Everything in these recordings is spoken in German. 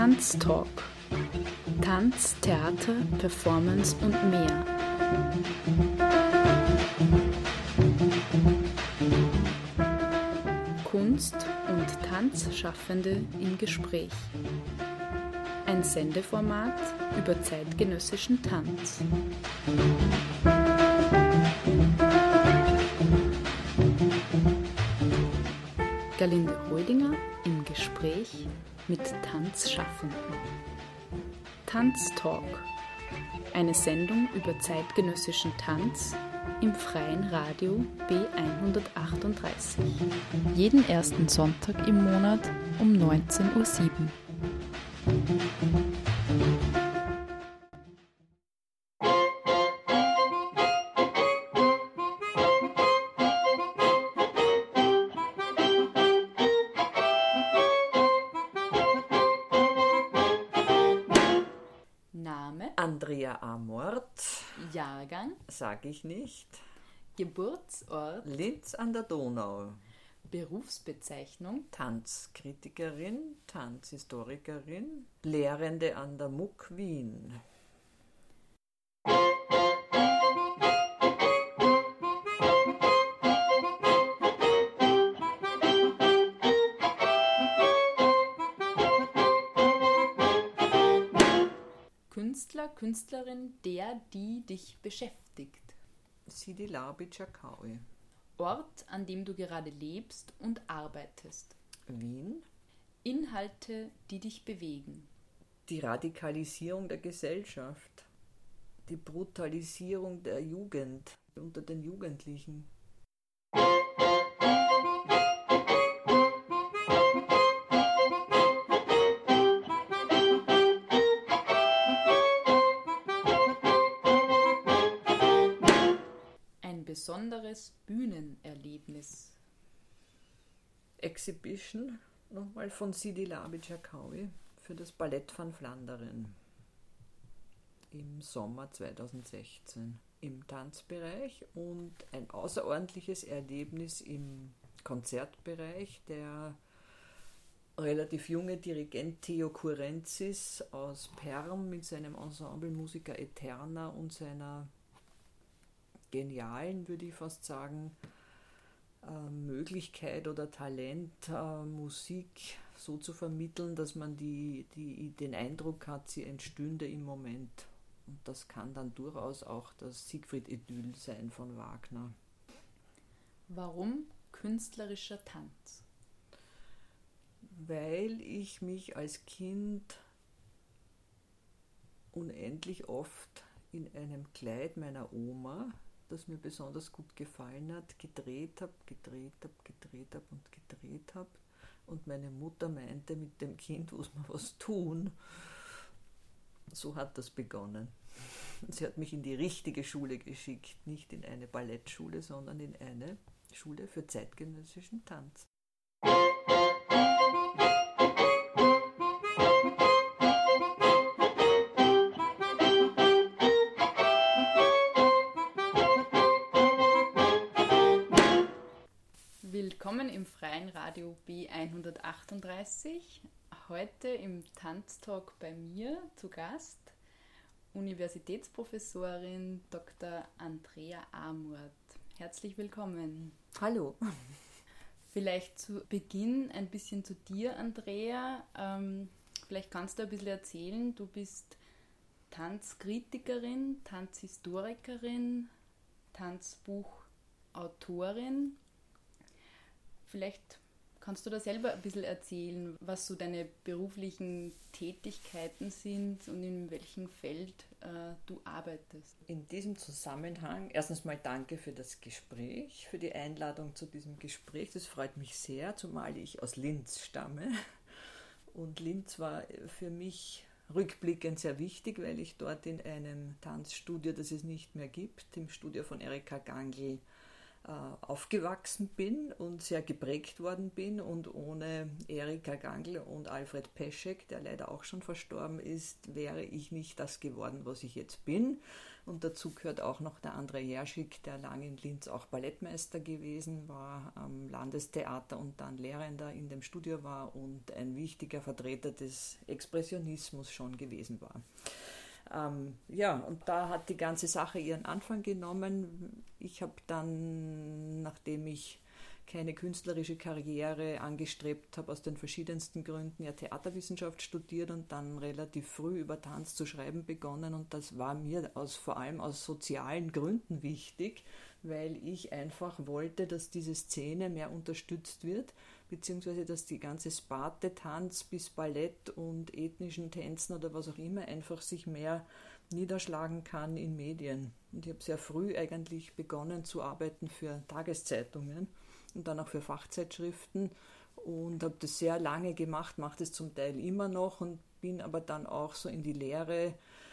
Tanztalk. Tanz, Theater, Performance und mehr. Kunst- und Tanzschaffende im Gespräch. Ein Sendeformat über zeitgenössischen Tanz. Galinde Rödinger im Gespräch mit Tanzschaffenden. Tanztalk. Eine Sendung über zeitgenössischen Tanz im freien Radio B138. Jeden ersten Sonntag im Monat um 19:07 Uhr. Name? Andrea Amort. Jahrgang? Sag ich nicht. Geburtsort? Linz an der Donau. Berufsbezeichnung? Tanzkritikerin, Tanzhistorikerin, Lehrende an der MUK Wien. Künstler, Künstlerin, der, die dich beschäftigt. Sidi Labi Chakaui. Ort, an dem du gerade lebst und arbeitest. Wien. Inhalte, die dich bewegen. Die Radikalisierung der Gesellschaft. Die Brutalisierung der Jugend unter den Jugendlichen. Besonderes Bühnenerlebnis. Exhibition, nochmal von Sidi Labi Chakaui für das Ballett van Vlaanderen im Sommer 2016 im Tanzbereich und ein außerordentliches Erlebnis im Konzertbereich. Der relativ junge Dirigent Theo Kurenzis aus Perm mit seinem Ensemble Musica Eterna und seiner genialen, würde ich fast sagen, Möglichkeit oder Talent, Musik so zu vermitteln, dass man den Eindruck hat, sie entstünde im Moment. Und das kann dann durchaus auch das Siegfried-Idyll sein von Wagner. Warum künstlerischer Tanz? Weil ich mich als Kind unendlich oft in einem Kleid meiner Oma, das mir besonders gut gefallen hat, gedreht habe und meine Mutter meinte, mit dem Kind muss man was tun. So hat das begonnen. Sie hat mich in die richtige Schule geschickt, nicht in eine Ballettschule, sondern in eine Schule für zeitgenössischen Tanz. Willkommen im freien Radio B138. Heute im Tanztalk bei mir zu Gast Universitätsprofessorin Dr. Andrea Amort. Herzlich willkommen. Hallo. Vielleicht zu Beginn ein bisschen zu dir, Andrea. Vielleicht kannst du ein bisschen erzählen. Du bist Tanzkritikerin, Tanzhistorikerin, Tanzbuchautorin. Vielleicht kannst du da selber ein bisschen erzählen, was so deine beruflichen Tätigkeiten sind und in welchem Feld du arbeitest. In diesem Zusammenhang erstens mal danke für das Gespräch, für die Einladung zu diesem Gespräch. Das freut mich sehr, zumal ich aus Linz stamme. Und Linz war für mich rückblickend sehr wichtig, weil ich dort in einem Tanzstudio, das es nicht mehr gibt, im Studio von Erika Gangl, aufgewachsen bin und sehr geprägt worden bin, und ohne Erika Gangl und Alfred Peschek, der leider auch schon verstorben ist, wäre ich nicht das geworden, was ich jetzt bin. Und dazu gehört auch noch der André Jerschik, der lange in Linz auch Ballettmeister gewesen war, am Landestheater und dann Lehrender in dem Studio war und ein wichtiger Vertreter des Expressionismus schon gewesen war. Und da hat die ganze Sache ihren Anfang genommen. Ich habe dann, nachdem ich keine künstlerische Karriere angestrebt habe, aus den verschiedensten Gründen ja Theaterwissenschaft studiert und dann relativ früh über Tanz zu schreiben begonnen. Und das war mir vor allem aus sozialen Gründen wichtig, weil ich einfach wollte, dass diese Szene mehr unterstützt wird, beziehungsweise dass die ganze Sparte Tanz bis Ballett und ethnischen Tänzen oder was auch immer einfach sich mehr niederschlagen kann in Medien. Und ich habe sehr früh eigentlich begonnen zu arbeiten für Tageszeitungen und dann auch für Fachzeitschriften und habe das sehr lange gemacht, mache das zum Teil immer noch und bin aber dann auch so in die Lehre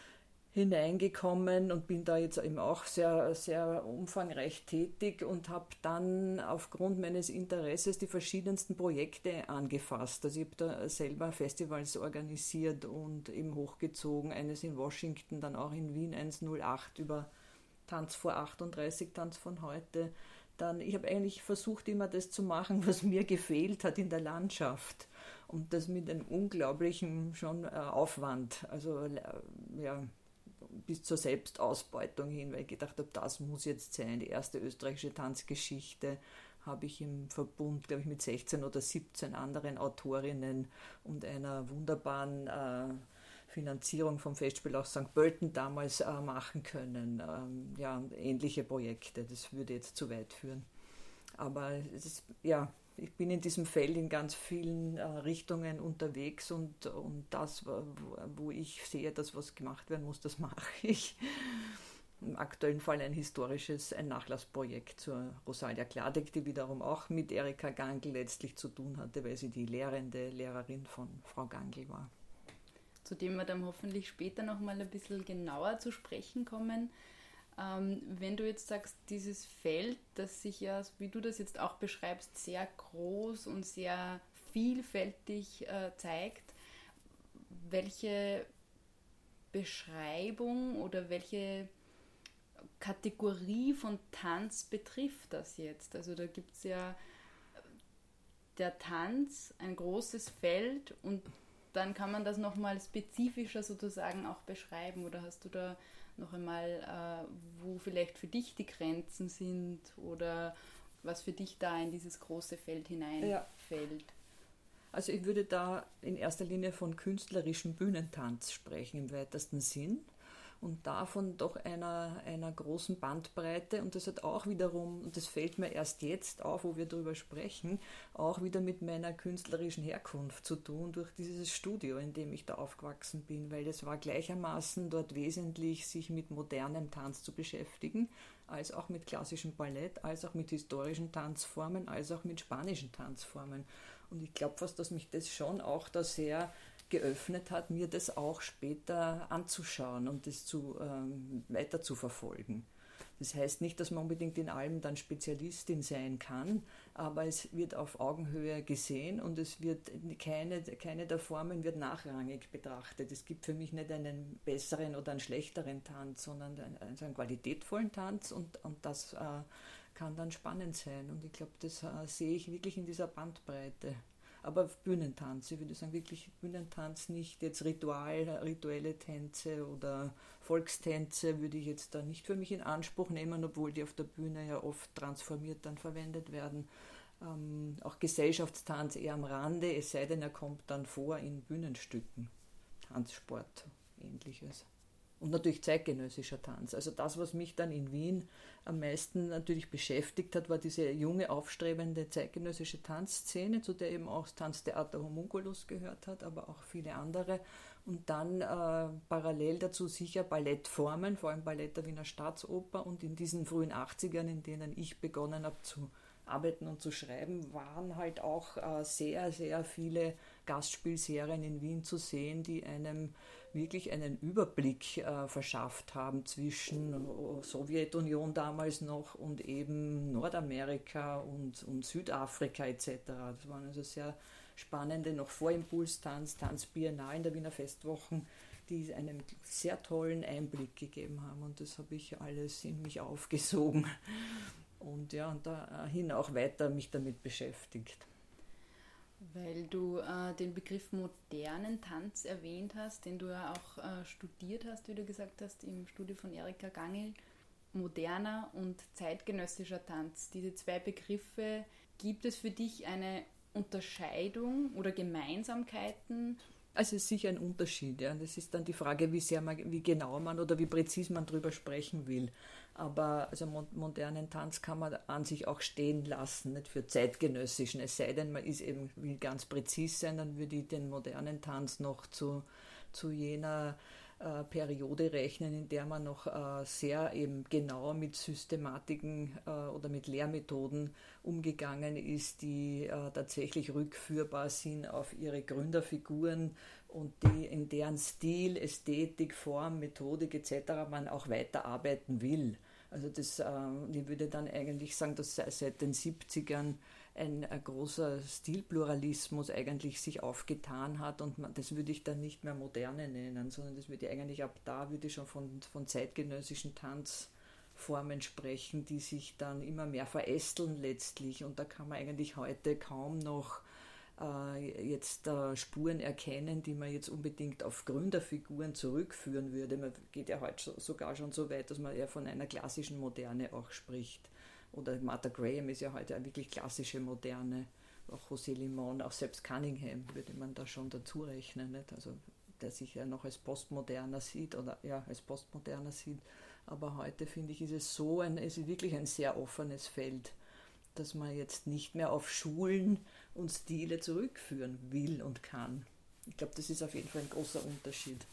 hineingekommen und bin da jetzt eben auch sehr, sehr umfangreich tätig und habe dann aufgrund meines Interesses die verschiedensten Projekte angefasst. Also ich habe da selber Festivals organisiert und eben hochgezogen, eines in Washington, dann auch in Wien 108 über Tanz vor 38, Tanz von heute. Dann, ich habe eigentlich versucht, immer das zu machen, was mir gefehlt hat in der Landschaft. Und das mit einem unglaublichen schon Aufwand. Also ja, bis zur Selbstausbeutung hin, weil ich gedacht habe, das muss jetzt sein. Die erste österreichische Tanzgeschichte habe ich im Verbund, glaube ich, mit 16 oder 17 anderen Autorinnen und einer wunderbaren Finanzierung vom Festspiel aus St. Pölten damals machen können. Ähnliche Projekte, das würde jetzt zu weit führen. Aber es ist, ich bin in diesem Feld in ganz vielen Richtungen unterwegs und das, wo ich sehe, dass was gemacht werden muss, das mache ich. Im aktuellen Fall ein Nachlassprojekt zur Rosalia Kladek, die wiederum auch mit Erika Gangl letztlich zu tun hatte, weil sie die Lehrerin von Frau Gangl war. Zu dem wir dann hoffentlich später nochmal ein bisschen genauer zu sprechen kommen. Wenn du jetzt sagst, dieses Feld, das sich ja, wie du das jetzt auch beschreibst, sehr groß und sehr vielfältig zeigt, welche Beschreibung oder welche Kategorie von Tanz betrifft das jetzt? Also da gibt es ja der Tanz, ein großes Feld und dann kann man das nochmal spezifischer sozusagen auch beschreiben oder hast du da noch einmal, wo vielleicht für dich die Grenzen sind oder was für dich da in dieses große Feld hineinfällt? Also ich würde da in erster Linie von künstlerischem Bühnentanz sprechen im weitesten Sinn. Und davon doch einer großen Bandbreite. Und das hat auch wiederum, und das fällt mir erst jetzt auf, wo wir darüber sprechen, auch wieder mit meiner künstlerischen Herkunft zu tun, durch dieses Studio, in dem ich da aufgewachsen bin, weil es war gleichermaßen dort wesentlich, sich mit modernem Tanz zu beschäftigen, als auch mit klassischem Ballett, als auch mit historischen Tanzformen, als auch mit spanischen Tanzformen. Und ich glaube fast, dass mich das schon auch da sehr geöffnet hat, mir das auch später anzuschauen und das weiter zu verfolgen. Das heißt nicht, dass man unbedingt in allem dann Spezialistin sein kann, aber es wird auf Augenhöhe gesehen und es wird keine der Formen wird nachrangig betrachtet. Es gibt für mich nicht einen besseren oder einen schlechteren Tanz, sondern einen qualitätvollen Tanz und das kann dann spannend sein. Und ich glaube, das sehe ich wirklich in dieser Bandbreite. Aber Bühnentanz, ich würde sagen wirklich Bühnentanz, nicht jetzt rituelle Tänze oder Volkstänze würde ich jetzt da nicht für mich in Anspruch nehmen, obwohl die auf der Bühne ja oft transformiert dann verwendet werden. Auch Gesellschaftstanz eher am Rande, es sei denn, er kommt dann vor in Bühnenstücken, Tanzsport, ähnliches. Und natürlich zeitgenössischer Tanz. Also das, was mich dann in Wien am meisten natürlich beschäftigt hat, war diese junge, aufstrebende zeitgenössische Tanzszene, zu der eben auch das Tanztheater Homunculus gehört hat, aber auch viele andere. Und dann parallel dazu sicher Ballettformen, vor allem Ballett der Wiener Staatsoper. Und in diesen frühen 80ern, in denen ich begonnen habe zu arbeiten und zu schreiben, waren halt auch sehr, sehr viele Gastspielserien in Wien zu sehen, die einem wirklich einen Überblick verschafft haben zwischen Sowjetunion damals noch und eben Nordamerika und Südafrika etc. Das waren also sehr spannende, noch vor Impulstanz, Tanzbiennalen der Wiener Festwochen die einen sehr tollen Einblick gegeben haben und das habe ich alles in mich aufgesogen und ja, und dahin auch weiter mich damit beschäftigt. Weil du den Begriff modernen Tanz erwähnt hast, den du ja auch studiert hast, wie du gesagt hast, im Studio von Erika Gangl. Moderner und zeitgenössischer Tanz. Diese zwei Begriffe, gibt es für dich eine Unterscheidung oder Gemeinsamkeiten? Also es ist sicher ein Unterschied. Ja. Das ist dann die Frage, wie genau man oder wie präzise man darüber sprechen will. Aber also modernen Tanz kann man an sich auch stehen lassen, nicht für zeitgenössischen. Es sei denn, man will ganz präzise sein, dann würde ich den modernen Tanz noch zu jener Periode rechnen, in der man noch sehr eben genau mit Systematiken oder mit Lehrmethoden umgegangen ist, die tatsächlich rückführbar sind auf ihre Gründerfiguren und in deren Stil, Ästhetik, Form, Methodik etc. man auch weiterarbeiten will. Also ich würde dann eigentlich sagen, dass seit den 70ern ein großer Stilpluralismus eigentlich sich aufgetan hat und das würde ich dann nicht mehr Moderne nennen, sondern das würde ich eigentlich würde ich schon von zeitgenössischen Tanzformen sprechen, die sich dann immer mehr verästeln letztlich und da kann man eigentlich heute kaum noch jetzt Spuren erkennen, die man jetzt unbedingt auf Gründerfiguren zurückführen würde. Man geht ja heute sogar schon so weit, dass man eher von einer klassischen Moderne auch spricht. Oder Martha Graham ist ja heute eine wirklich klassische Moderne, auch José Limón, auch selbst Cunningham würde man da schon dazu rechnen, nicht? Also der sich ja noch als Postmoderner sieht aber heute finde ich, ist es ist wirklich ein sehr offenes Feld, dass man jetzt nicht mehr auf Schulen und Stile zurückführen will und kann. Ich glaube, das ist auf jeden Fall ein großer Unterschied.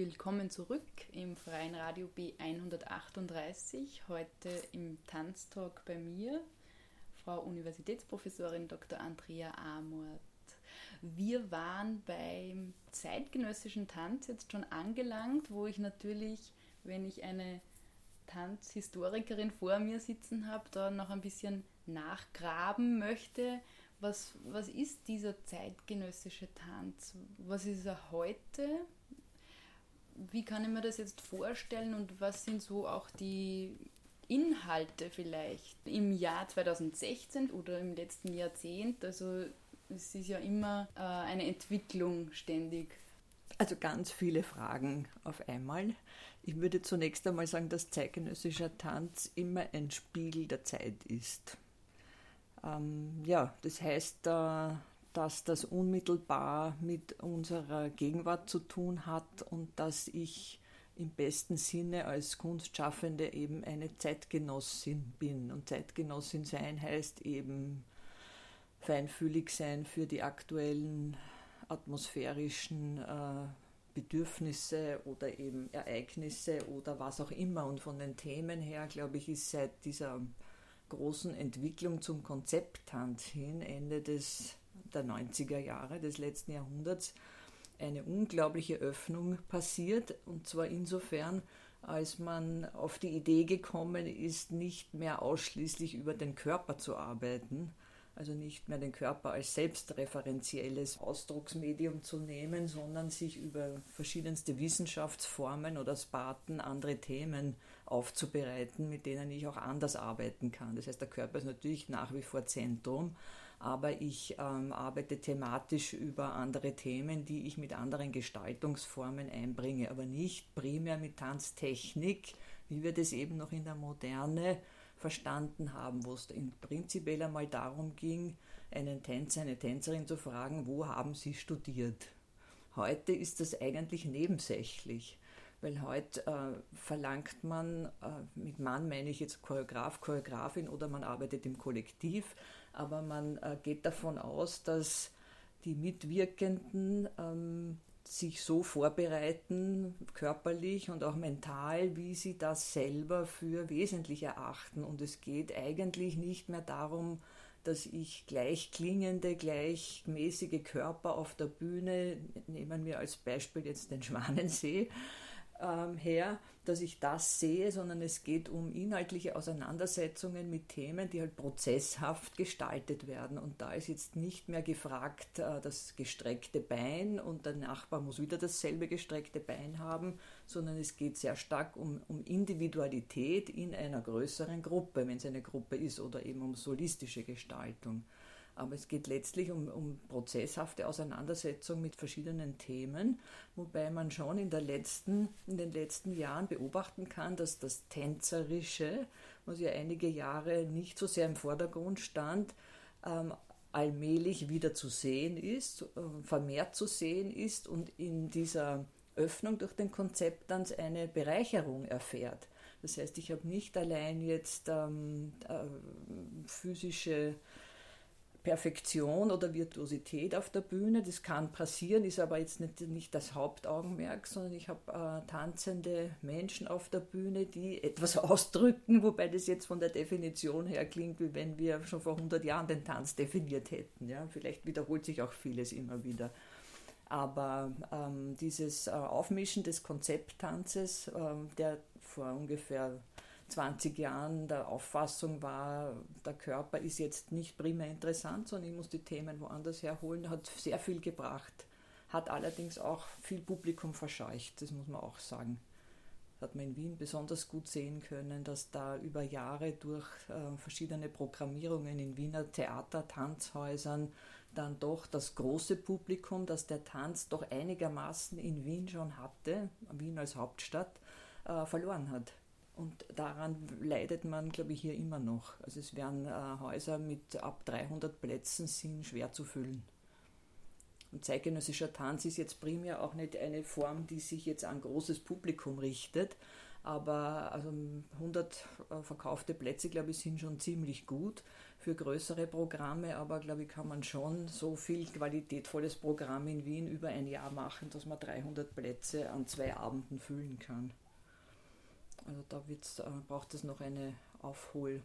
Willkommen zurück im Freien Radio B138, heute im Tanztalk bei mir, Frau Universitätsprofessorin Dr. Andrea Amort. Wir waren beim zeitgenössischen Tanz jetzt schon angelangt, wo ich natürlich, wenn ich eine Tanzhistorikerin vor mir sitzen habe, da noch ein bisschen nachgraben möchte. Was ist dieser zeitgenössische Tanz? Was ist er heute? Wie kann ich mir das jetzt vorstellen und was sind so auch die Inhalte vielleicht im Jahr 2016 oder im letzten Jahrzehnt? Also es ist ja immer eine Entwicklung ständig. Also ganz viele Fragen auf einmal. Ich würde zunächst einmal sagen, dass zeitgenössischer Tanz immer ein Spiegel der Zeit ist. Das heißt, dass das unmittelbar mit unserer Gegenwart zu tun hat und dass ich im besten Sinne als Kunstschaffende eben eine Zeitgenossin bin. Und Zeitgenossin sein heißt eben feinfühlig sein für die aktuellen atmosphärischen Bedürfnisse oder eben Ereignisse oder was auch immer. Und von den Themen her, glaube ich, ist seit dieser großen Entwicklung zum Konzepttanz hin, Ende der 90er Jahre des letzten Jahrhunderts, eine unglaubliche Öffnung passiert. Und zwar insofern, als man auf die Idee gekommen ist, nicht mehr ausschließlich über den Körper zu arbeiten, also nicht mehr den Körper als selbstreferenzielles Ausdrucksmedium zu nehmen, sondern sich über verschiedenste Wissenschaftsformen oder Sparten andere Themen aufzubereiten, mit denen ich auch anders arbeiten kann. Das heißt, der Körper ist natürlich nach wie vor Zentrum, aber ich arbeite thematisch über andere Themen, die ich mit anderen Gestaltungsformen einbringe, aber nicht primär mit Tanztechnik, wie wir das eben noch in der Moderne verstanden haben, wo es prinzipiell einmal darum ging, einen Tänzer, eine Tänzerin zu fragen, wo haben sie studiert. Heute ist das eigentlich nebensächlich, weil heute verlangt man, mit Mann meine ich jetzt Choreograf, Choreografin oder man arbeitet im Kollektiv, aber man geht davon aus, dass die Mitwirkenden sich so vorbereiten, körperlich und auch mental, wie sie das selber für wesentlich erachten. Und es geht eigentlich nicht mehr darum, dass ich gleich klingende, gleichmäßige Körper auf der Bühne, nehmen wir als Beispiel jetzt den Schwanensee, her, dass ich das sehe, sondern es geht um inhaltliche Auseinandersetzungen mit Themen, die halt prozesshaft gestaltet werden. Und da ist jetzt nicht mehr gefragt, das gestreckte Bein und der Nachbar muss wieder dasselbe gestreckte Bein haben, sondern es geht sehr stark um Individualität in einer größeren Gruppe, wenn es eine Gruppe ist, oder eben um solistische Gestaltung. Aber es geht letztlich um prozesshafte Auseinandersetzung mit verschiedenen Themen, wobei man schon in den letzten Jahren beobachten kann, dass das Tänzerische, was ja einige Jahre nicht so sehr im Vordergrund stand, allmählich wieder zu sehen ist, vermehrt zu sehen ist und in dieser Öffnung durch den Konzepttanz eine Bereicherung erfährt. Das heißt, ich habe nicht allein jetzt physische Perfektion oder Virtuosität auf der Bühne, das kann passieren, ist aber jetzt nicht das Hauptaugenmerk, sondern ich habe tanzende Menschen auf der Bühne, die etwas ausdrücken, wobei das jetzt von der Definition her klingt, wie wenn wir schon vor 100 Jahren den Tanz definiert hätten. Ja? Vielleicht wiederholt sich auch vieles immer wieder. Aber dieses Aufmischen des Konzepttanzes, der vor ungefähr 20 Jahren der Auffassung war, der Körper ist jetzt nicht primär interessant, sondern ich muss die Themen woanders herholen, hat sehr viel gebracht, hat allerdings auch viel Publikum verscheucht, das muss man auch sagen. Das hat man in Wien besonders gut sehen können, dass da über Jahre durch verschiedene Programmierungen in Wiener Theater, Tanzhäusern dann doch das große Publikum, das der Tanz doch einigermaßen in Wien schon hatte, Wien als Hauptstadt, verloren hat. Und daran leidet man, glaube ich, hier immer noch. Also es werden Häuser mit ab 300 Plätzen sind schwer zu füllen. Und zeitgenössischer Tanz ist jetzt primär auch nicht eine Form, die sich jetzt an großes Publikum richtet, Aber also 100 verkaufte Plätze, glaube ich, sind schon ziemlich gut für größere Programme. Aber, glaube ich, kann man schon so viel qualitätvolles Programm in Wien über ein Jahr machen, dass man 300 Plätze an 2 Abenden füllen kann. Also da braucht es noch eine Aufholphase.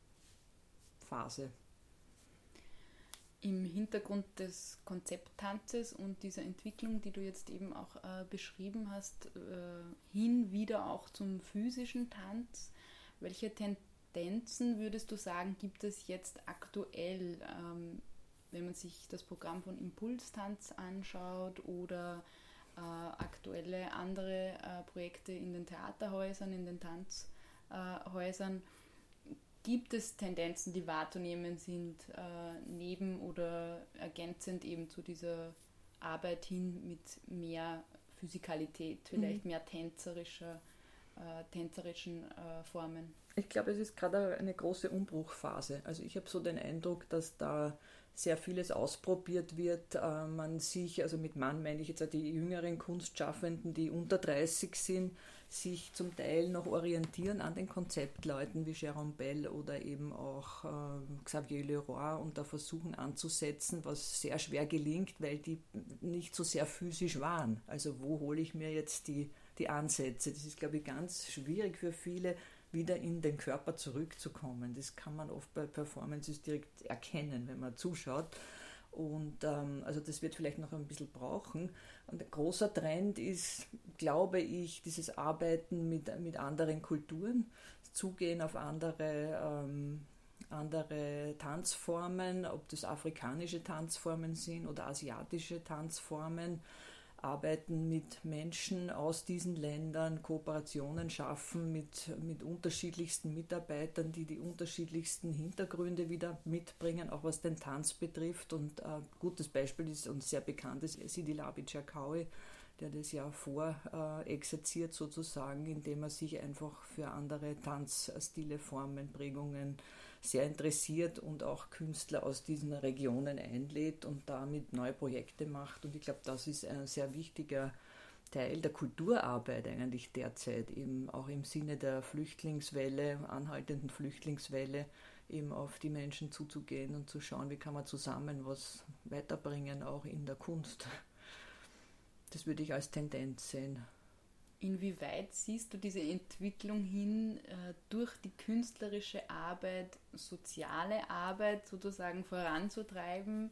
Im Hintergrund des Konzepttanzes und dieser Entwicklung, die du jetzt eben auch beschrieben hast, hin wieder auch zum physischen Tanz, welche Tendenzen würdest du sagen, gibt es jetzt aktuell, wenn man sich das Programm von Impulstanz anschaut oder aktuelle andere Projekte in den Theaterhäusern, in den Tanzhäusern? Gibt es Tendenzen, die wahrzunehmen sind, neben oder ergänzend eben zu dieser Arbeit hin mit mehr Physikalität, vielleicht mehr tänzerischen Formen? Ich glaube, es ist gerade eine große Umbruchphase. Also ich habe so den Eindruck, dass da sehr vieles ausprobiert wird. Man sich, also mit Mann meine ich jetzt auch die jüngeren Kunstschaffenden, die unter 30 sind, sich zum Teil noch orientieren an den Konzeptleuten wie Jérôme Bell oder eben auch Xavier Leroy und da versuchen anzusetzen, was sehr schwer gelingt, weil die nicht so sehr physisch waren. Also wo hole ich mir jetzt die Ansätze? Das ist, glaube ich, ganz schwierig für viele, wieder in den Körper zurückzukommen. Das kann man oft bei Performances direkt erkennen, wenn man zuschaut. Und also das wird vielleicht noch ein bisschen brauchen. Und ein großer Trend ist, glaube ich, dieses Arbeiten mit anderen Kulturen, Zugehen auf andere Tanzformen, ob das afrikanische Tanzformen sind oder asiatische Tanzformen, arbeiten mit Menschen aus diesen Ländern, Kooperationen schaffen mit unterschiedlichsten Mitarbeitern, die unterschiedlichsten Hintergründe wieder mitbringen, auch was den Tanz betrifft. Und ein gutes Beispiel ist und sehr bekannt ist Sidi Labid Cherkaoui, der das ja vorexerziert sozusagen, indem er sich einfach für andere Tanzstile, Formen, Prägungen sehr interessiert und auch Künstler aus diesen Regionen einlädt und damit neue Projekte macht. Und ich glaube, das ist ein sehr wichtiger Teil der Kulturarbeit eigentlich derzeit, eben auch im Sinne der Flüchtlingswelle, anhaltenden Flüchtlingswelle, eben auf die Menschen zuzugehen und zu schauen, wie kann man zusammen was weiterbringen, auch in der Kunst. Das würde ich als Tendenz sehen. Inwieweit siehst du diese Entwicklung hin, durch die künstlerische Arbeit, soziale Arbeit sozusagen voranzutreiben?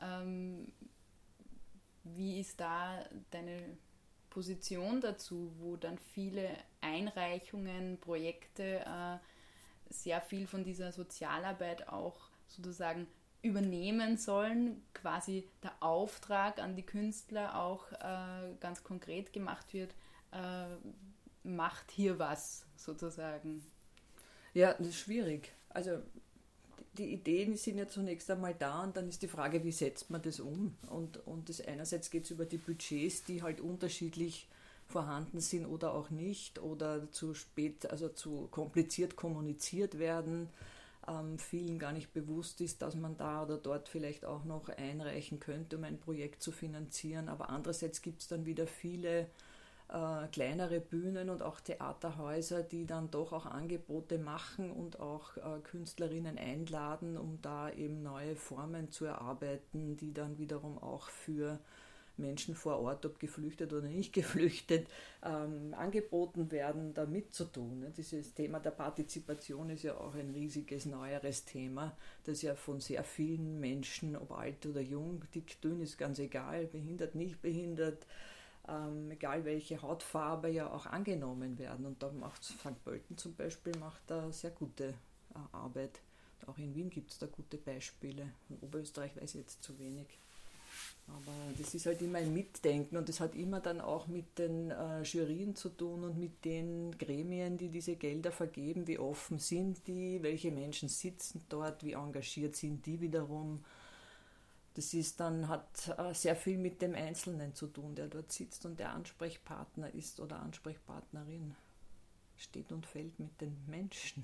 Wie ist da deine Position dazu, wo dann viele Einreichungen, Projekte sehr viel von dieser Sozialarbeit auch sozusagen übernehmen sollen, quasi der Auftrag an die Künstler auch ganz konkret gemacht wird, macht hier was sozusagen? Ja, das ist schwierig. Also die Ideen sind ja zunächst einmal da und dann ist die Frage, wie setzt man das um? Und das einerseits geht es über die Budgets, die halt unterschiedlich vorhanden sind oder auch nicht oder zu spät, also zu kompliziert kommuniziert werden. Vielen gar nicht bewusst ist, dass man da oder dort vielleicht auch noch einreichen könnte, um ein Projekt zu finanzieren. Aber andererseits gibt es dann wieder viele kleinere Bühnen und auch Theaterhäuser, die dann doch auch Angebote machen und auch Künstlerinnen einladen, um da eben neue Formen zu erarbeiten, die dann wiederum auch für Menschen vor Ort, ob geflüchtet oder nicht geflüchtet, angeboten werden, da mitzutun. Dieses Thema der Partizipation ist ja auch ein riesiges, neueres Thema, das ja von sehr vielen Menschen, ob alt oder jung, dick, dünn, ist ganz egal, behindert, nicht behindert, egal welche Hautfarbe, ja auch angenommen werden. Und da macht St. Pölten zum Beispiel macht da sehr gute Arbeit. Auch in Wien gibt es da gute Beispiele. In Oberösterreich weiß ich jetzt zu wenig. Aber das ist halt immer ein Mitdenken und das hat immer dann auch mit den Jurien zu tun und mit den Gremien, die diese Gelder vergeben, wie offen sind die, welche Menschen sitzen dort, wie engagiert sind die wiederum. Das ist dann, hat sehr viel mit dem Einzelnen zu tun, der dort sitzt und der Ansprechpartner ist oder Ansprechpartnerin. Steht und fällt mit den Menschen.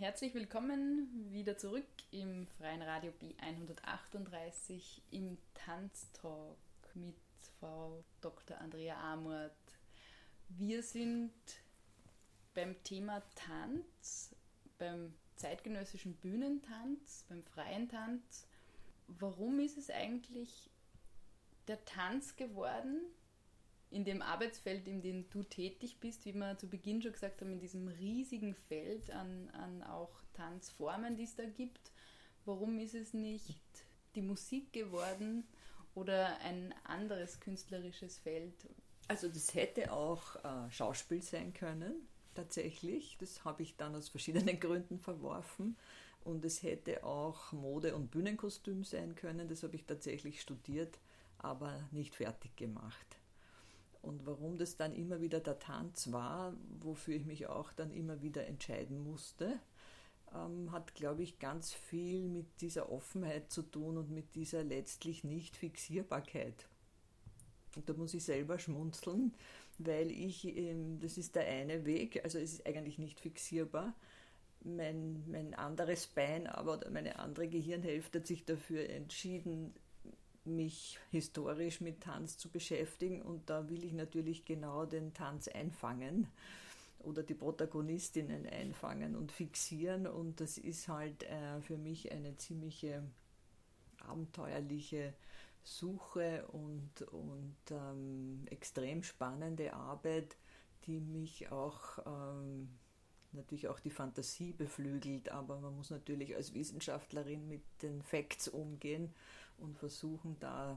Herzlich willkommen wieder zurück im Freien Radio B138 im Tanztalk mit Frau Dr. Andrea Amort. Wir sind beim Thema Tanz, beim zeitgenössischen Bühnentanz, beim freien Tanz. Warum ist es eigentlich der Tanz geworden, in dem Arbeitsfeld, in dem du tätig bist, wie wir zu Beginn schon gesagt haben, in diesem riesigen Feld an auch Tanzformen, die es da gibt? Warum ist es nicht die Musik geworden oder ein anderes künstlerisches Feld? Also das hätte auch Schauspiel sein können, tatsächlich. Das habe ich dann aus verschiedenen Gründen verworfen. Und es hätte auch Mode- und Bühnenkostüm sein können. Das habe ich tatsächlich studiert, aber nicht fertig gemacht. Und warum das dann immer wieder der Tanz war, wofür ich mich auch dann immer wieder entscheiden musste, hat, glaube ich, ganz viel mit dieser Offenheit zu tun und mit dieser letztlich Nicht-Fixierbarkeit. Und da muss ich selber schmunzeln, weil das ist der eine Weg, also es ist eigentlich nicht fixierbar. Mein anderes Bein, aber meine andere Gehirnhälfte hat sich dafür entschieden, mich historisch mit Tanz zu beschäftigen, und da will ich natürlich genau den Tanz einfangen oder die Protagonistinnen einfangen und fixieren, und das ist halt für mich eine ziemliche abenteuerliche Suche und extrem spannende Arbeit, die mich auch natürlich auch die Fantasie beflügelt, aber man muss natürlich als Wissenschaftlerin mit den Facts umgehen und versuchen, da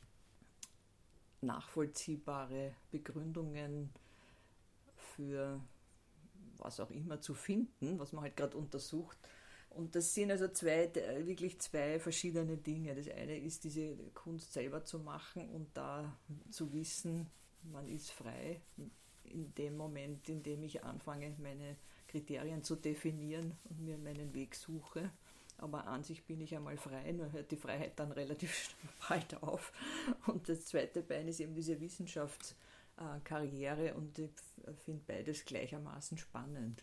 nachvollziehbare Begründungen für was auch immer zu finden, was man halt gerade untersucht. Und das sind also wirklich zwei verschiedene Dinge. Das eine ist, diese Kunst selber zu machen und da zu wissen, man ist frei in dem Moment, in dem ich anfange, meine Kriterien zu definieren und mir meinen Weg suche. Aber an sich bin ich einmal frei, nur hört die Freiheit dann relativ bald auf. Und das zweite Bein ist eben diese Wissenschaftskarriere, und ich finde beides gleichermaßen spannend.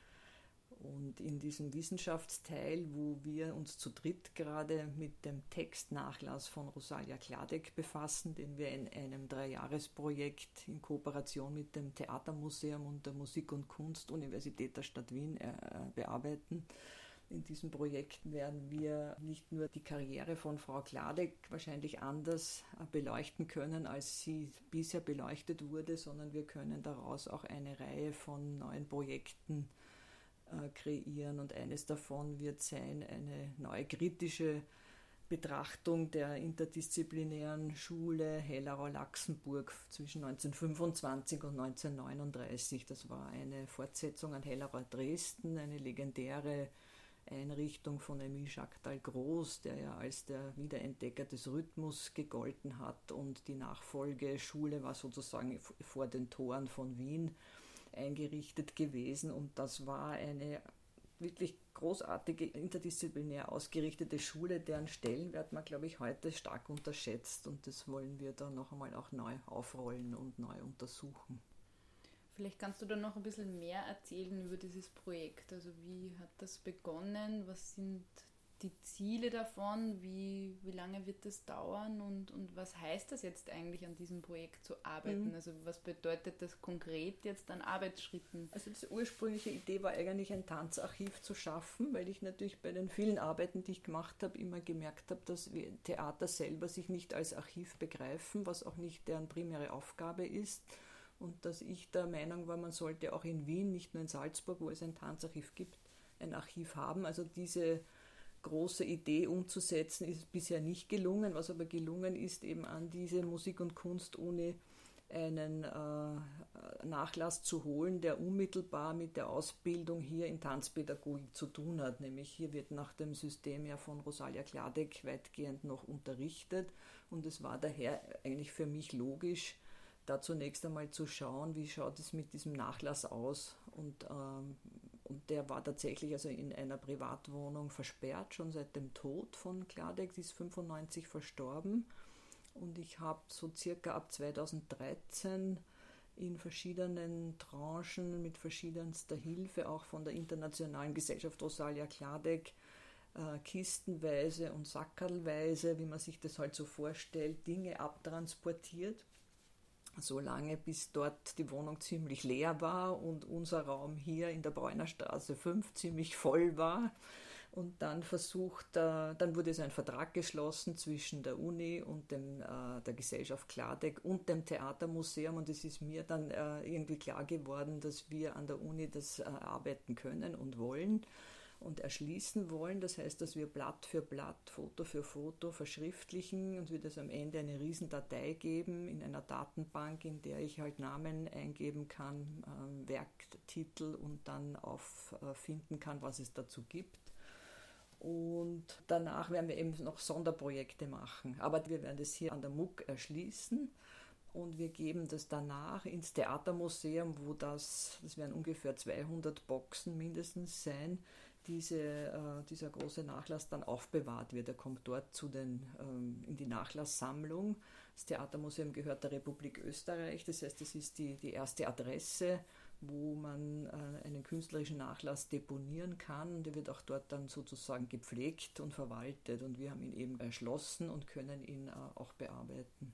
Und in diesem Wissenschaftsteil, wo wir uns zu dritt gerade mit dem Textnachlass von Rosalia Kladek befassen, den wir in einem 3-Jahres-Projekt in Kooperation mit dem Theatermuseum und der Musik- und Kunst-Universität der Stadt Wien bearbeiten. In diesem Projekt werden wir nicht nur die Karriere von Frau Kladek wahrscheinlich anders beleuchten können, als sie bisher beleuchtet wurde, sondern wir können daraus auch eine Reihe von neuen Projekten kreieren, und eines davon wird sein eine neue kritische Betrachtung der interdisziplinären Schule Hellerau-Laxenburg zwischen 1925 und 1939. Das war eine Fortsetzung an Hellerau Dresden, eine legendäre Einrichtung von Emil Chagall-Gross, der ja als der Wiederentdecker des Rhythmus gegolten hat, und die Nachfolgeschule war sozusagen vor den Toren von Wien eingerichtet gewesen, und das war eine wirklich großartige, interdisziplinär ausgerichtete Schule, deren Stellenwert man, glaube ich, heute stark unterschätzt, und das wollen wir dann noch einmal auch neu aufrollen und neu untersuchen. Vielleicht kannst du da noch ein bisschen mehr erzählen über dieses Projekt. Also wie hat das begonnen? Was sind die Ziele davon? Wie lange wird das dauern? Und was heißt das jetzt eigentlich, an diesem Projekt zu arbeiten? Also was bedeutet das konkret jetzt an Arbeitsschritten? Also die ursprüngliche Idee war eigentlich, ein Tanzarchiv zu schaffen, weil ich natürlich bei den vielen Arbeiten, die ich gemacht habe, immer gemerkt habe, dass wir Theater selber sich nicht als Archiv begreifen, was auch nicht deren primäre Aufgabe ist. Und dass ich der Meinung war, man sollte auch in Wien, nicht nur in Salzburg, wo es ein Tanzarchiv gibt, ein Archiv haben. Also diese große Idee umzusetzen, ist bisher nicht gelungen. Was aber gelungen ist, eben an diese Musik- und Kunstuni einen Nachlass zu holen, der unmittelbar mit der Ausbildung hier in Tanzpädagogik zu tun hat. Nämlich hier wird nach dem System ja von Rosalia Kladek weitgehend noch unterrichtet, und es war daher eigentlich für mich logisch, da zunächst einmal zu schauen, wie schaut es mit diesem Nachlass aus, und der war tatsächlich also in einer Privatwohnung versperrt, schon seit dem Tod von Kladek, sie ist 1995 verstorben, und ich habe so circa ab 2013 in verschiedenen Tranchen mit verschiedenster Hilfe, auch von der Internationalen Gesellschaft Rosalia Kladek, kistenweise und sackerlweise, wie man sich das halt so vorstellt, Dinge abtransportiert, so lange bis dort die Wohnung ziemlich leer war und unser Raum hier in der Bräunerstraße 5 ziemlich voll war. Und dann dann wurde so ein Vertrag geschlossen zwischen der Uni und der Gesellschaft Kladek und dem Theatermuseum, und es ist mir dann irgendwie klar geworden, dass wir an der Uni das arbeiten können und wollen und erschließen wollen. Das heißt, dass wir Blatt für Blatt, Foto für Foto verschriftlichen und wir das am Ende eine Riesendatei geben in einer Datenbank, in der ich halt Namen eingeben kann, Werktitel und dann auffinden kann, was es dazu gibt. Und danach werden wir eben noch Sonderprojekte machen. Aber wir werden das hier an der MUK erschließen und wir geben das danach ins Theatermuseum, wo das werden ungefähr 200 Boxen mindestens sein, dieser große Nachlass dann aufbewahrt wird. Er kommt dort in die Nachlasssammlung. Das Theatermuseum gehört der Republik Österreich, das heißt, es ist die erste Adresse, wo man einen künstlerischen Nachlass deponieren kann, und der wird auch dort dann sozusagen gepflegt und verwaltet, und wir haben ihn eben erschlossen und können ihn auch bearbeiten.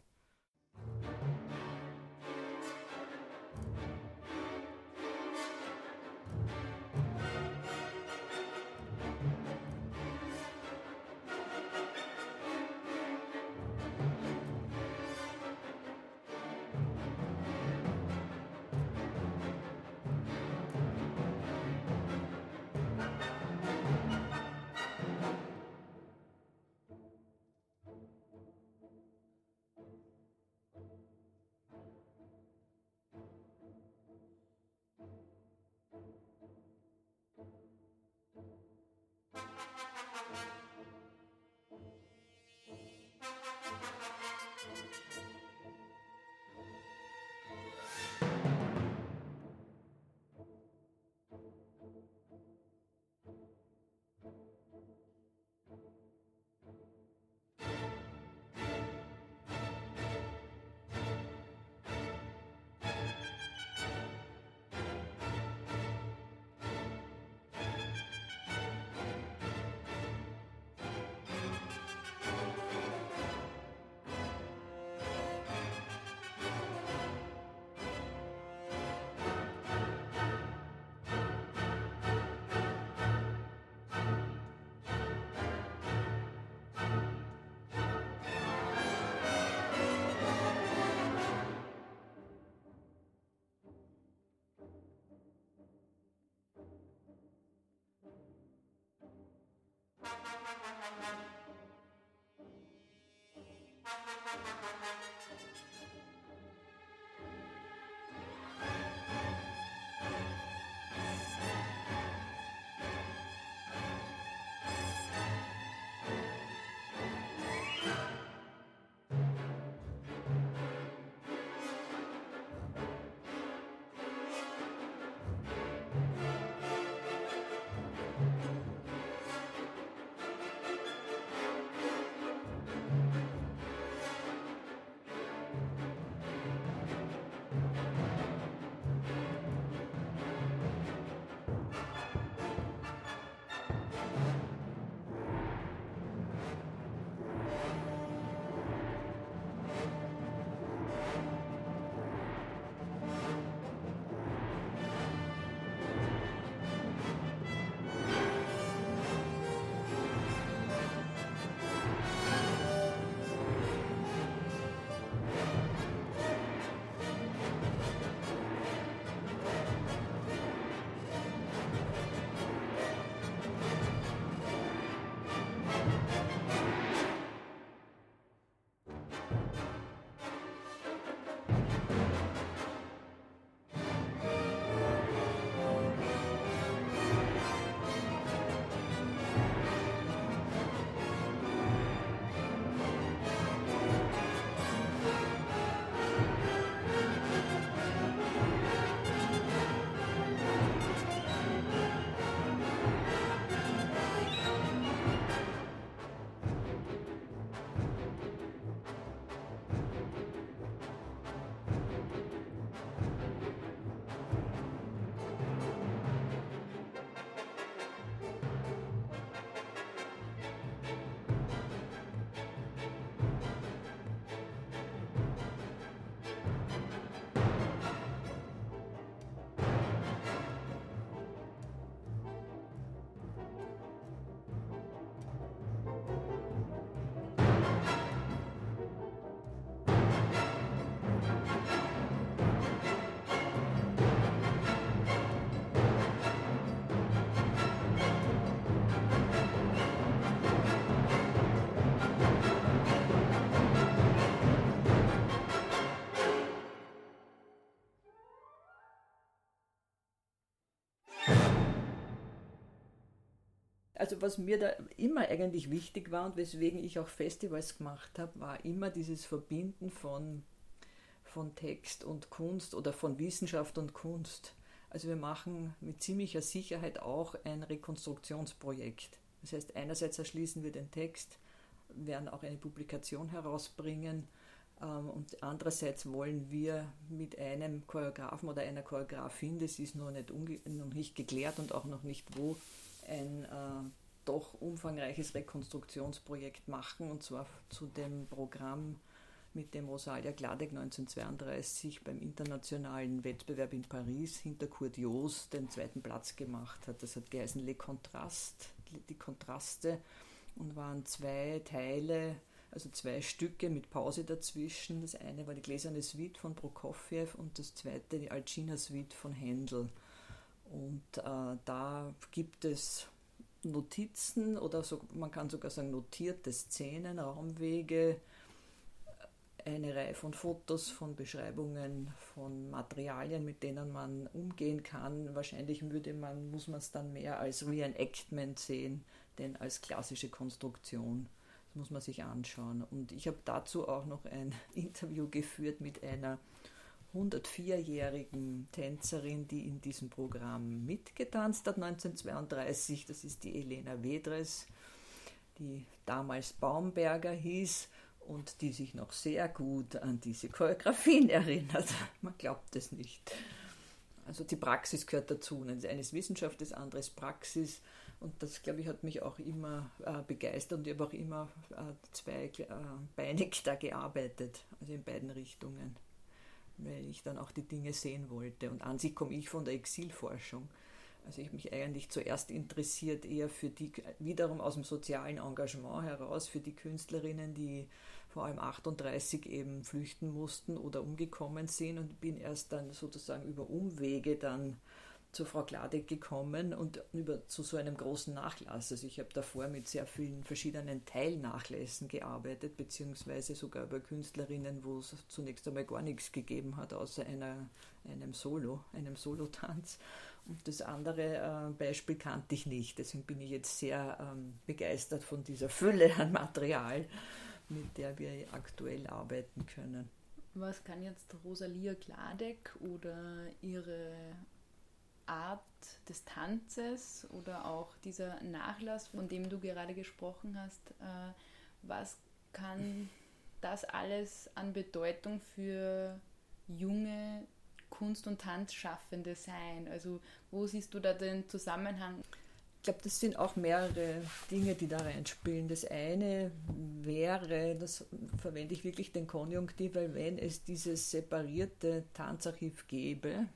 Also was mir da immer eigentlich wichtig war und weswegen ich auch Festivals gemacht habe, war immer dieses Verbinden von Text und Kunst oder von Wissenschaft und Kunst. Also wir machen mit ziemlicher Sicherheit auch ein Rekonstruktionsprojekt. Das heißt, einerseits erschließen wir den Text, werden auch eine Publikation herausbringen, und andererseits wollen wir mit einem Choreografen oder einer Choreografin, das ist noch nicht geklärt und auch noch nicht wo, ein doch umfangreiches Rekonstruktionsprojekt machen, und zwar zu dem Programm, mit dem Rosalia Gladek 1932 beim internationalen Wettbewerb in Paris hinter Kurt Joos den zweiten Platz gemacht hat. Das hat geheißen Les Contrastes, die Kontraste, und waren 2 Teile, also 2 Stücke mit Pause dazwischen. Das eine war die Gläserne Suite von Prokofjew und das zweite die Alcina Suite von Händel. Und da gibt es Notizen oder so, man kann sogar sagen notierte Szenen, Raumwege, eine Reihe von Fotos, von Beschreibungen, von Materialien, mit denen man umgehen kann. Wahrscheinlich muss man es dann mehr als Reenactment sehen, denn als klassische Konstruktion. Das muss man sich anschauen. Und ich habe dazu auch noch ein Interview geführt mit einer 104-jährigen Tänzerin, die in diesem Programm mitgetanzt hat 1932. Das ist die Elena Vedres, die damals Baumberger hieß und die sich noch sehr gut an diese Choreografien erinnert. Man glaubt es nicht. Also die Praxis gehört dazu. Das eine ist Wissenschaft, das andere ist Praxis. Und das, glaube ich, hat mich auch immer begeistert. Und ich habe auch immer zweibeinig da gearbeitet, also in beiden Richtungen, weil ich dann auch die Dinge sehen wollte. Und an sich komme ich von der Exilforschung. Also ich habe mich eigentlich zuerst interessiert eher für die, wiederum aus dem sozialen Engagement heraus, für die Künstlerinnen, die vor allem 38 eben flüchten mussten oder umgekommen sind, und bin erst dann sozusagen über Umwege dann zu Frau Gladek gekommen und zu so einem großen Nachlass. Also ich habe davor mit sehr vielen verschiedenen Teilnachlässen gearbeitet, beziehungsweise sogar über Künstlerinnen, wo es zunächst einmal gar nichts gegeben hat, außer einem Solotanz. Und das andere Beispiel kannte ich nicht. Deswegen bin ich jetzt sehr begeistert von dieser Fülle an Material, mit der wir aktuell arbeiten können. Was kann jetzt Rosalia Gladek oder ihre Art des Tanzes oder auch dieser Nachlass, von dem du gerade gesprochen hast, was kann das alles an Bedeutung für junge Kunst- und Tanzschaffende sein? Also wo siehst du da den Zusammenhang? Ich glaube, das sind auch mehrere Dinge, die da reinspielen. Das eine wäre, das verwende ich wirklich den Konjunktiv, weil wenn es dieses separierte Tanzarchiv gäbe,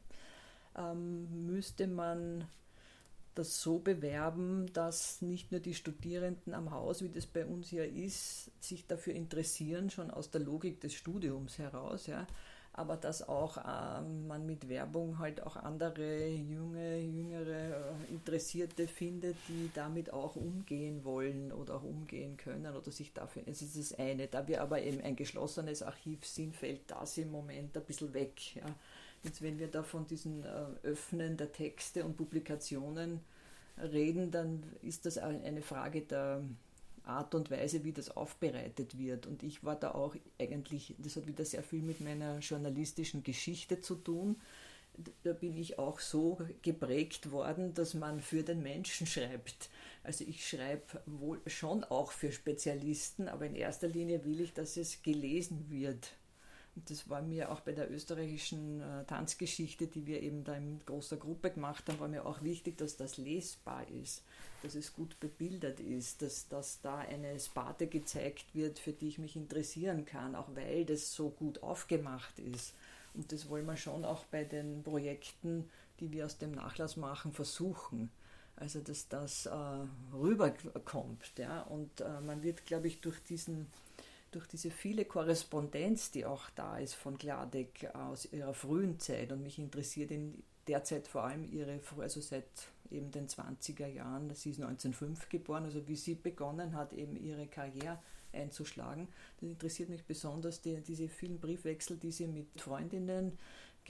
müsste man das so bewerben, dass nicht nur die Studierenden am Haus, wie das bei uns ja ist, sich dafür interessieren, schon aus der Logik des Studiums heraus, ja, aber dass auch man mit Werbung halt auch andere jüngere Interessierte findet, die damit auch umgehen wollen oder auch umgehen können oder sich dafür, es ist das eine. Da wir aber eben ein geschlossenes Archiv sind, fällt das im Moment ein bisschen weg, ja. Jetzt, wenn wir da von diesen Öffnen der Texte und Publikationen reden, dann ist das eine Frage der Art und Weise, wie das aufbereitet wird. Und ich war da auch eigentlich, das hat wieder sehr viel mit meiner journalistischen Geschichte zu tun. Da bin ich auch so geprägt worden, dass man für den Menschen schreibt. Also ich schreibe wohl schon auch für Spezialisten, aber in erster Linie will ich, dass es gelesen wird. Und das war mir auch bei der österreichischen Tanzgeschichte, die wir eben da in großer Gruppe gemacht haben, war mir auch wichtig, dass das lesbar ist, dass es gut bebildert ist, dass da eine Sparte gezeigt wird, für die ich mich interessieren kann, auch weil das so gut aufgemacht ist. Und das wollen wir schon auch bei den Projekten, die wir aus dem Nachlass machen, versuchen. Also dass das rüberkommt. Ja? Und man wird, glaube ich, durch diese viele Korrespondenz, die auch da ist von Gladek aus ihrer frühen Zeit, und mich interessiert in der Zeit vor allem also seit eben den 20er Jahren, sie ist 1905 geboren, also wie sie begonnen hat, eben ihre Karriere einzuschlagen. Das interessiert mich besonders, diese vielen Briefwechsel, die sie mit Freundinnen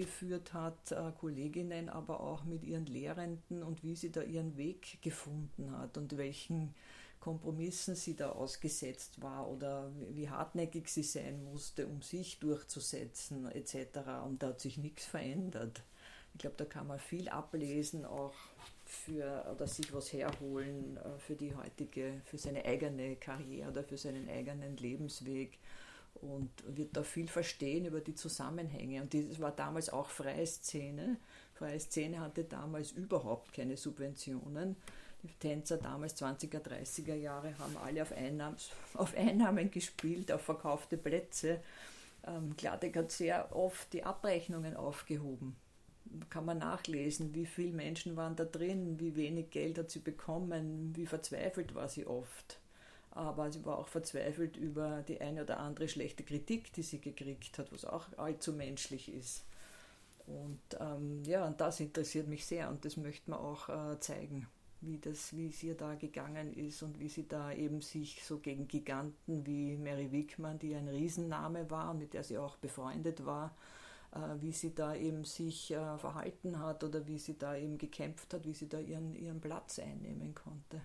geführt hat, Kolleginnen, aber auch mit ihren Lehrenden und wie sie da ihren Weg gefunden hat und welchen Kompromissen sie da ausgesetzt war oder wie hartnäckig sie sein musste, um sich durchzusetzen etc. Und da hat sich nichts verändert. Ich glaube, da kann man viel ablesen, auch oder sich was herholen für seine eigene Karriere oder für seinen eigenen Lebensweg und wird da viel verstehen über die Zusammenhänge. Und das war damals auch freie Szene. Freie Szene hatte damals überhaupt keine Subventionen. Die Tänzer damals 20er, 30er Jahre haben alle auf Einnahmen gespielt, auf verkaufte Plätze. Gladek hat sehr oft die Abrechnungen aufgehoben. Kann man nachlesen, wie viele Menschen waren da drin, wie wenig Geld hat sie bekommen, wie verzweifelt war sie oft. Aber sie war auch verzweifelt über die eine oder andere schlechte Kritik, die sie gekriegt hat, was auch allzu menschlich ist. Und und das interessiert mich sehr und das möchte man auch zeigen, wie es ihr da gegangen ist und wie sie da eben sich so gegen Giganten wie Mary Wigman, die ein Riesenname war und mit der sie auch befreundet war, wie sie da eben sich verhalten hat oder wie sie da eben gekämpft hat, wie sie da ihren Platz einnehmen konnte.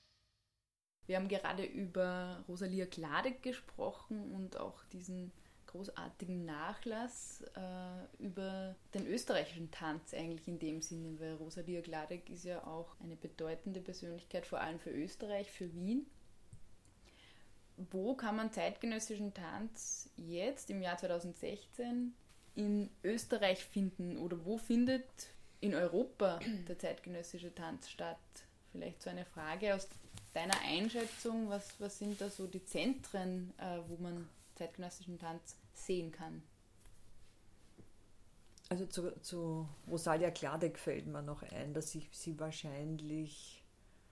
Wir haben gerade über Rosalia Gladek gesprochen und auch diesen großartigen Nachlass über den österreichischen Tanz eigentlich in dem Sinne, weil Rosalia Gladek ist ja auch eine bedeutende Persönlichkeit, vor allem für Österreich, für Wien. Wo kann man zeitgenössischen Tanz jetzt im Jahr 2016 in Österreich finden oder wo findet in Europa der zeitgenössische Tanz statt? Vielleicht so eine Frage aus deiner Einschätzung, was sind da so die Zentren, wo man zeitgenössischen Tanz sehen kann? Also zu Rosalia Gladek fällt mir noch ein, dass ich sie wahrscheinlich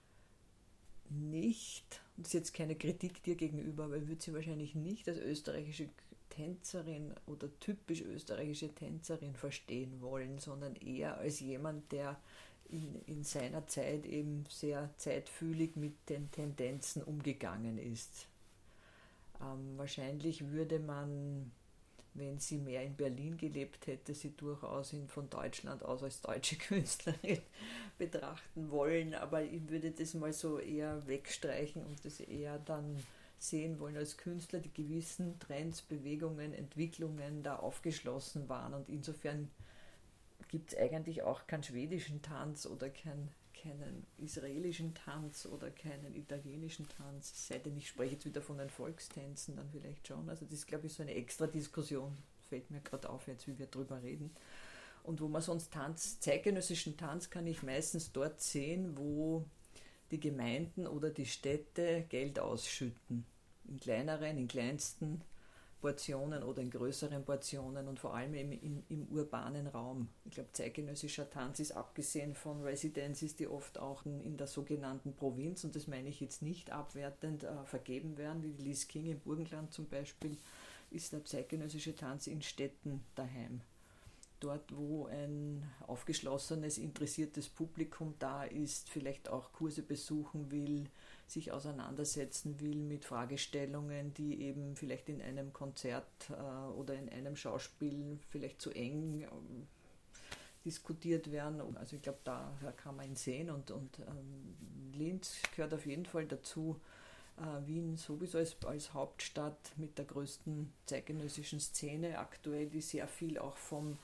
nicht, und das ist jetzt keine Kritik dir gegenüber, aber ich würde sie wahrscheinlich nicht als österreichische Tänzerin oder typisch österreichische Tänzerin verstehen wollen, sondern eher als jemand, der in seiner Zeit eben sehr zeitfühlig mit den Tendenzen umgegangen ist. Wahrscheinlich würde man, wenn sie mehr in Berlin gelebt hätte, sie durchaus von Deutschland aus als deutsche Künstlerin betrachten wollen, aber ich würde das mal so eher wegstreichen und das eher dann sehen wollen als Künstler, die gewissen Trends, Bewegungen, Entwicklungen da aufgeschlossen waren, und insofern gibt es eigentlich auch keinen schwedischen Tanz oder keinen israelischen Tanz oder keinen italienischen Tanz, es sei denn, ich spreche jetzt wieder von den Volkstänzen, dann vielleicht schon. Also das ist, glaube ich, so eine extra Diskussion, fällt mir gerade auf jetzt, wie wir drüber reden. Und wo man sonst zeitgenössischen Tanz kann ich meistens dort sehen, wo die Gemeinden oder die Städte Geld ausschütten. In kleineren, in kleinsten Portionen oder in größeren Portionen und vor allem im urbanen Raum. Ich glaube, zeitgenössischer Tanz ist, abgesehen von Residencies, die oft auch in der sogenannten Provinz, und das meine ich jetzt nicht abwertend, vergeben werden, wie die Liz King im Burgenland zum Beispiel, ist der zeitgenössische Tanz in Städten daheim. Dort, wo ein aufgeschlossenes, interessiertes Publikum da ist, vielleicht auch Kurse besuchen will, sich auseinandersetzen will mit Fragestellungen, die eben vielleicht in einem Konzert oder in einem Schauspiel vielleicht zu eng diskutiert werden. Also ich glaube, da kann man ihn sehen, und Linz gehört auf jeden Fall dazu. Wien sowieso als Hauptstadt mit der größten zeitgenössischen Szene aktuell, die sehr viel auch vom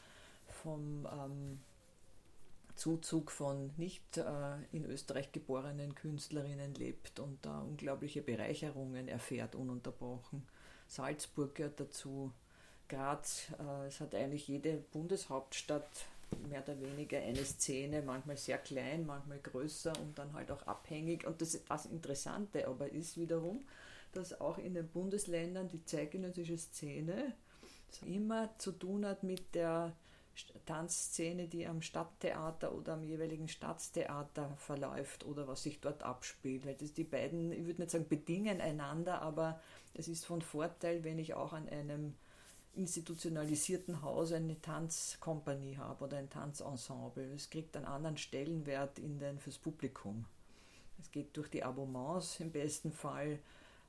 Zuzug von nicht in Österreich geborenen Künstlerinnen lebt und da unglaubliche Bereicherungen erfährt, ununterbrochen. Salzburg gehört dazu, Graz, es hat eigentlich jede Bundeshauptstadt mehr oder weniger eine Szene, manchmal sehr klein, manchmal größer und dann halt auch abhängig. Und das Interessante aber ist wiederum, dass auch in den Bundesländern die zeitgenössische Szene immer zu tun hat mit der Tanzszene, die am Stadttheater oder am jeweiligen Staatstheater verläuft oder was sich dort abspielt. Weil das die beiden, ich würde nicht sagen bedingen einander, aber es ist von Vorteil, wenn ich auch an einem institutionalisierten Haus eine Tanzkompanie habe oder ein Tanzensemble. Es kriegt einen anderen Stellenwert fürs Publikum. Es geht durch die Abonnements im besten Fall.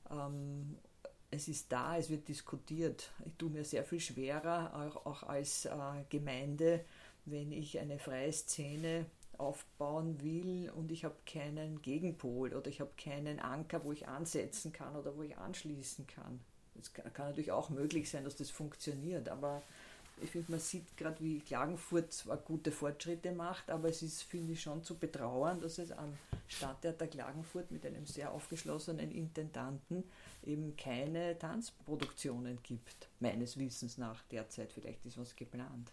Es ist da, es wird diskutiert. Ich tue mir sehr viel schwerer, auch als Gemeinde, wenn ich eine freie Szene aufbauen will und ich habe keinen Gegenpol oder ich habe keinen Anker, wo ich ansetzen kann oder wo ich anschließen kann. Es kann natürlich auch möglich sein, dass das funktioniert, aber ich finde, man sieht gerade, wie Klagenfurt zwar gute Fortschritte macht, aber es ist, finde ich, schon zu betrauern, dass es am Stadttheater Klagenfurt mit einem sehr aufgeschlossenen Intendanten eben keine Tanzproduktionen gibt, meines Wissens nach derzeit. Vielleicht ist was geplant.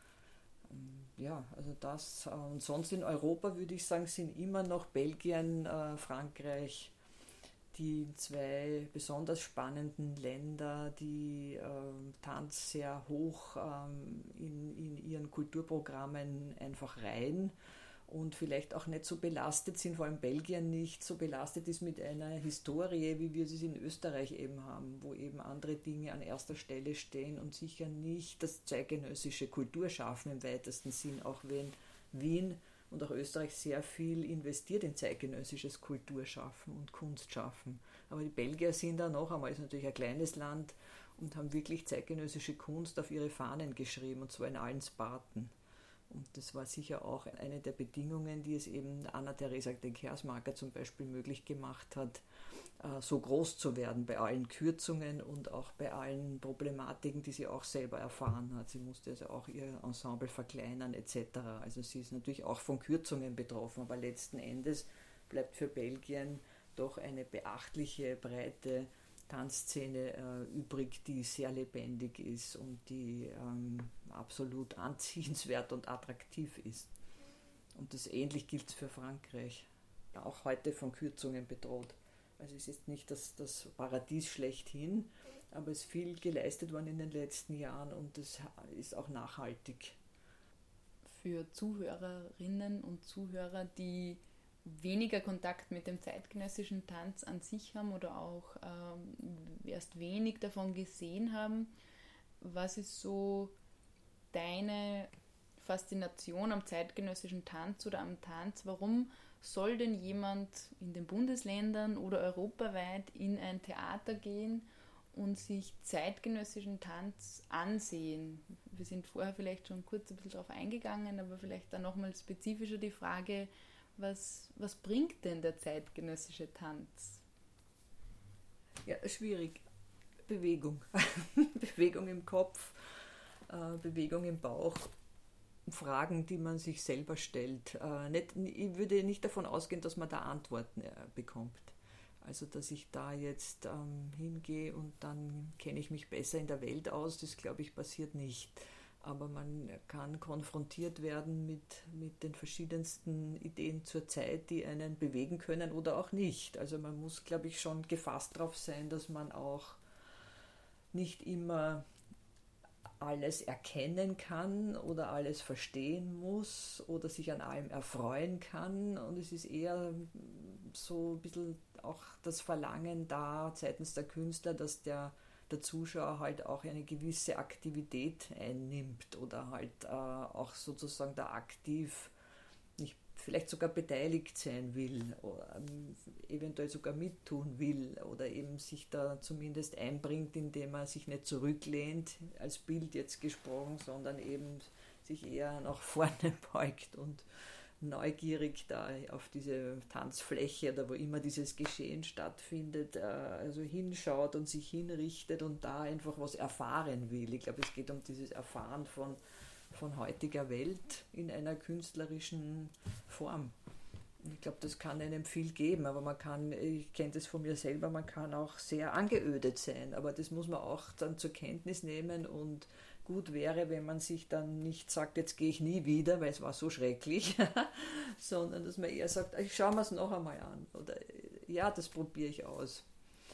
Ja, also das. Und sonst in Europa würde ich sagen, sind immer noch Belgien, Frankreich die zwei besonders spannenden Länder, die Tanz sehr hoch in ihren Kulturprogrammen einfach reihen und vielleicht auch nicht so belastet sind, vor allem Belgien nicht so belastet ist mit einer Historie, wie wir sie in Österreich eben haben, wo eben andere Dinge an erster Stelle stehen und sicher nicht das zeitgenössische Kulturschaffen im weitesten Sinn, auch wenn Wien und auch Österreich sehr viel investiert in zeitgenössisches Kulturschaffen und Kunstschaffen. Aber die Belgier sind da noch einmal, ist natürlich ein kleines Land und haben wirklich zeitgenössische Kunst auf ihre Fahnen geschrieben, und zwar in allen Sparten. Und das war sicher auch eine der Bedingungen, die es eben Anna-Theresa de Kersmaker zum Beispiel möglich gemacht hat, so groß zu werden bei allen Kürzungen und auch bei allen Problematiken, die sie auch selber erfahren hat. Sie musste also auch ihr Ensemble verkleinern etc. Also sie ist natürlich auch von Kürzungen betroffen, aber letzten Endes bleibt für Belgien doch eine beachtliche, breite Tanzszene übrig, die sehr lebendig ist und die absolut anziehenswert und attraktiv ist. Und das ähnlich gilt für Frankreich, auch heute von Kürzungen bedroht. Also es ist nicht das Paradies schlechthin, aber es ist viel geleistet worden in den letzten Jahren und es ist auch nachhaltig. Für Zuhörerinnen und Zuhörer, die weniger Kontakt mit dem zeitgenössischen Tanz an sich haben oder auch erst wenig davon gesehen haben, was ist so deine Faszination am zeitgenössischen Tanz oder am Tanz? Warum soll denn jemand in den Bundesländern oder europaweit in ein Theater gehen und sich zeitgenössischen Tanz ansehen? Wir sind vorher vielleicht schon kurz ein bisschen darauf eingegangen, aber vielleicht dann nochmal spezifischer die Frage, was bringt denn der zeitgenössische Tanz? Ja, schwierig. Bewegung. Bewegung im Kopf, Bewegung im Bauch. Fragen, die man sich selber stellt. Ich würde nicht davon ausgehen, dass man da Antworten bekommt. Also, dass ich da jetzt hingehe und dann kenne ich mich besser in der Welt aus, das glaube ich passiert nicht. Aber man kann konfrontiert werden mit den verschiedensten Ideen zur Zeit, die einen bewegen können oder auch nicht. Also man muss, glaube ich, schon gefasst darauf sein, dass man auch nicht immer alles erkennen kann oder alles verstehen muss oder sich an allem erfreuen kann. Und es ist eher so ein bisschen auch das Verlangen da seitens der Künstler, dass der Zuschauer halt auch eine gewisse Aktivität einnimmt oder halt auch sozusagen da aktiv nicht vielleicht sogar beteiligt sein will oder eventuell sogar mittun will oder eben sich da zumindest einbringt, indem er sich nicht zurücklehnt, als Bild jetzt gesprochen, sondern eben sich eher nach vorne beugt und neugierig da auf diese Tanzfläche oder wo immer dieses Geschehen stattfindet, also hinschaut und sich hinrichtet und da einfach was erfahren will. Ich glaube, es geht um dieses Erfahren von heutiger Welt in einer künstlerischen Form. Ich glaube, das kann einem viel geben, aber man kann, ich kenne das von mir selber, man kann auch sehr angeödet sein, aber das muss man auch dann zur Kenntnis nehmen und gut wäre, wenn man sich dann nicht sagt, jetzt gehe ich nie wieder, weil es war so schrecklich, sondern dass man eher sagt, ich schaue mir es noch einmal an oder ja, das probiere ich aus.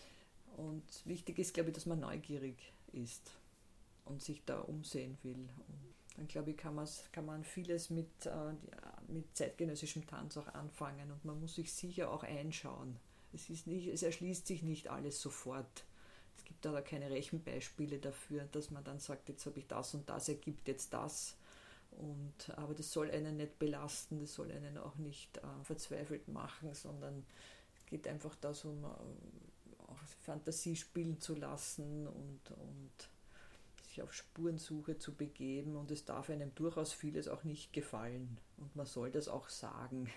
Und wichtig ist, glaube ich, dass man neugierig ist und sich da umsehen will. Und dann, glaube ich, kann man vieles mit zeitgenössischem Tanz auch anfangen und man muss sich sicher auch einschauen. Es erschließt sich nicht alles sofort. Es gibt da keine Rechenbeispiele dafür, dass man dann sagt, jetzt habe ich das und das, ergibt jetzt das. Aber das soll einen nicht belasten, das soll einen auch nicht verzweifelt machen, sondern es geht einfach darum, auch Fantasie spielen zu lassen und sich auf Spurensuche zu begeben und es darf einem durchaus vieles auch nicht gefallen und man soll das auch sagen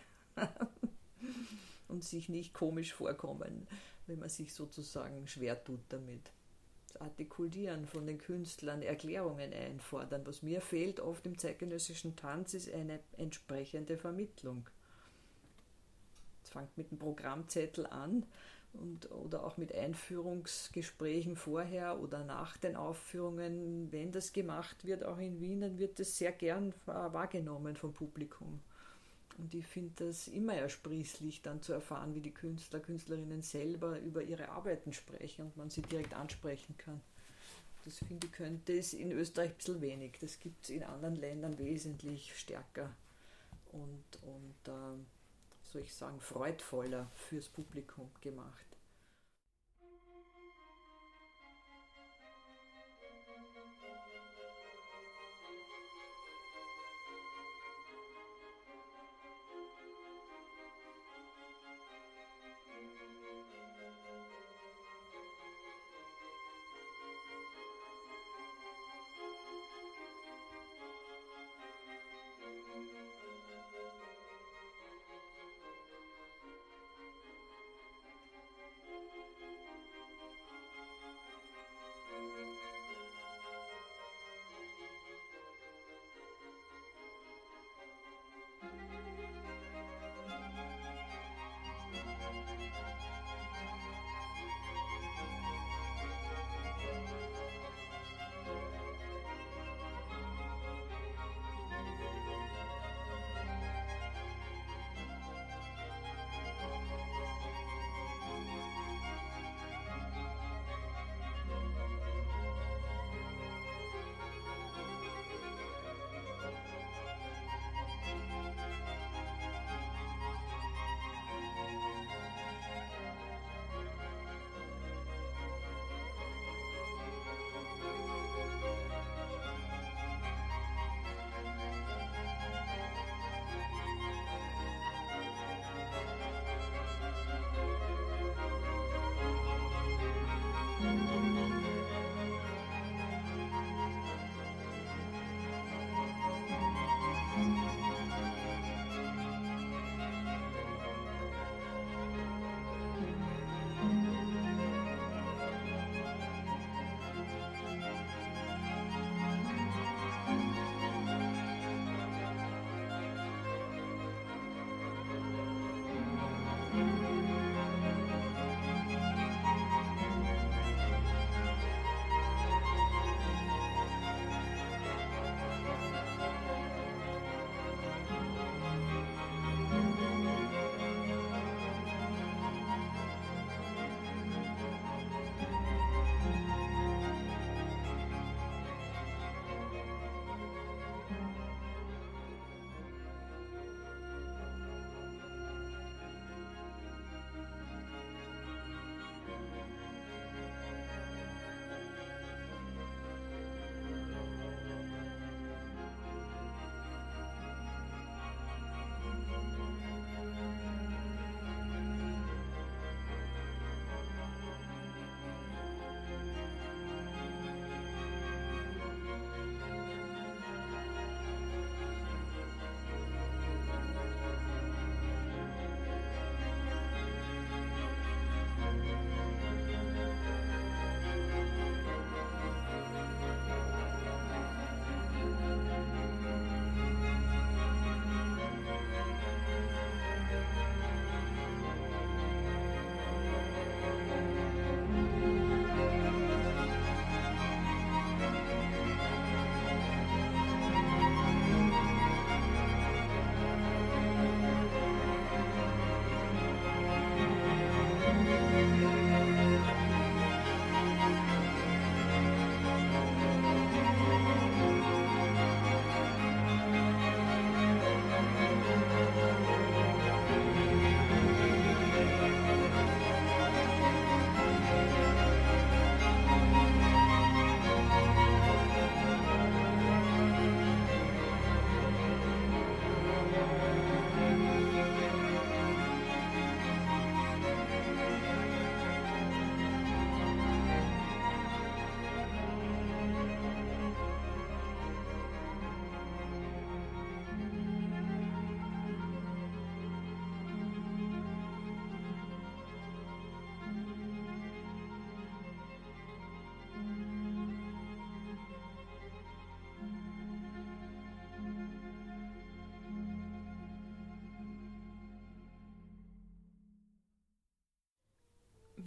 und sich nicht komisch vorkommen, wenn man sich sozusagen schwer tut damit. Das Artikulieren von den Künstlern, Erklärungen einfordern. Was mir fehlt oft im zeitgenössischen Tanz ist eine entsprechende Vermittlung. Es fängt mit dem Programmzettel an oder auch mit Einführungsgesprächen vorher oder nach den Aufführungen. Wenn das gemacht wird, auch in Wien, dann wird das sehr gern wahrgenommen vom Publikum. Und ich finde das immer ersprießlich, dann zu erfahren, wie die Künstler, Künstlerinnen selber über ihre Arbeiten sprechen und man sie direkt ansprechen kann. Das finde ich, könnte es in Österreich ein bisschen wenig. Das gibt es in anderen Ländern wesentlich stärker und soll ich sagen, freudvoller fürs Publikum gemacht.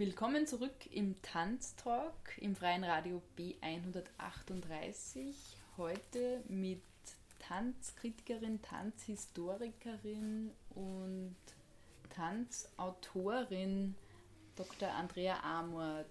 Willkommen zurück im Tanztalk im Freien Radio B138. Heute mit Tanzkritikerin, Tanzhistorikerin und Tanzautorin Dr. Andrea Amort.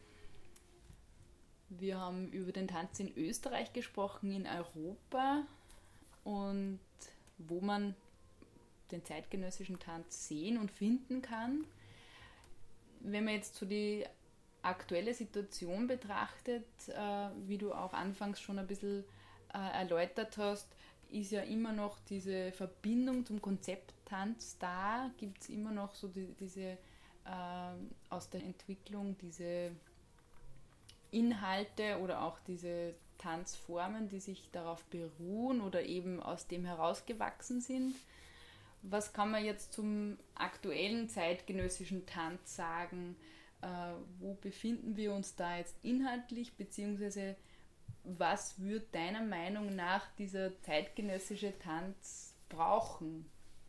Wir haben über den Tanz in Österreich gesprochen, in Europa und wo man den zeitgenössischen Tanz sehen und finden kann. Wenn man jetzt so die aktuelle Situation betrachtet, wie du auch anfangs schon ein bisschen erläutert hast, ist ja immer noch diese Verbindung zum Konzept Tanz da, gibt es immer noch so diese aus der Entwicklung diese Inhalte oder auch diese Tanzformen, die sich darauf beruhen oder eben aus dem herausgewachsen sind. Was kann man jetzt zum aktuellen zeitgenössischen Tanz sagen? Wo befinden wir uns da jetzt inhaltlich, beziehungsweise was wird deiner Meinung nach dieser zeitgenössische Tanz brauchen?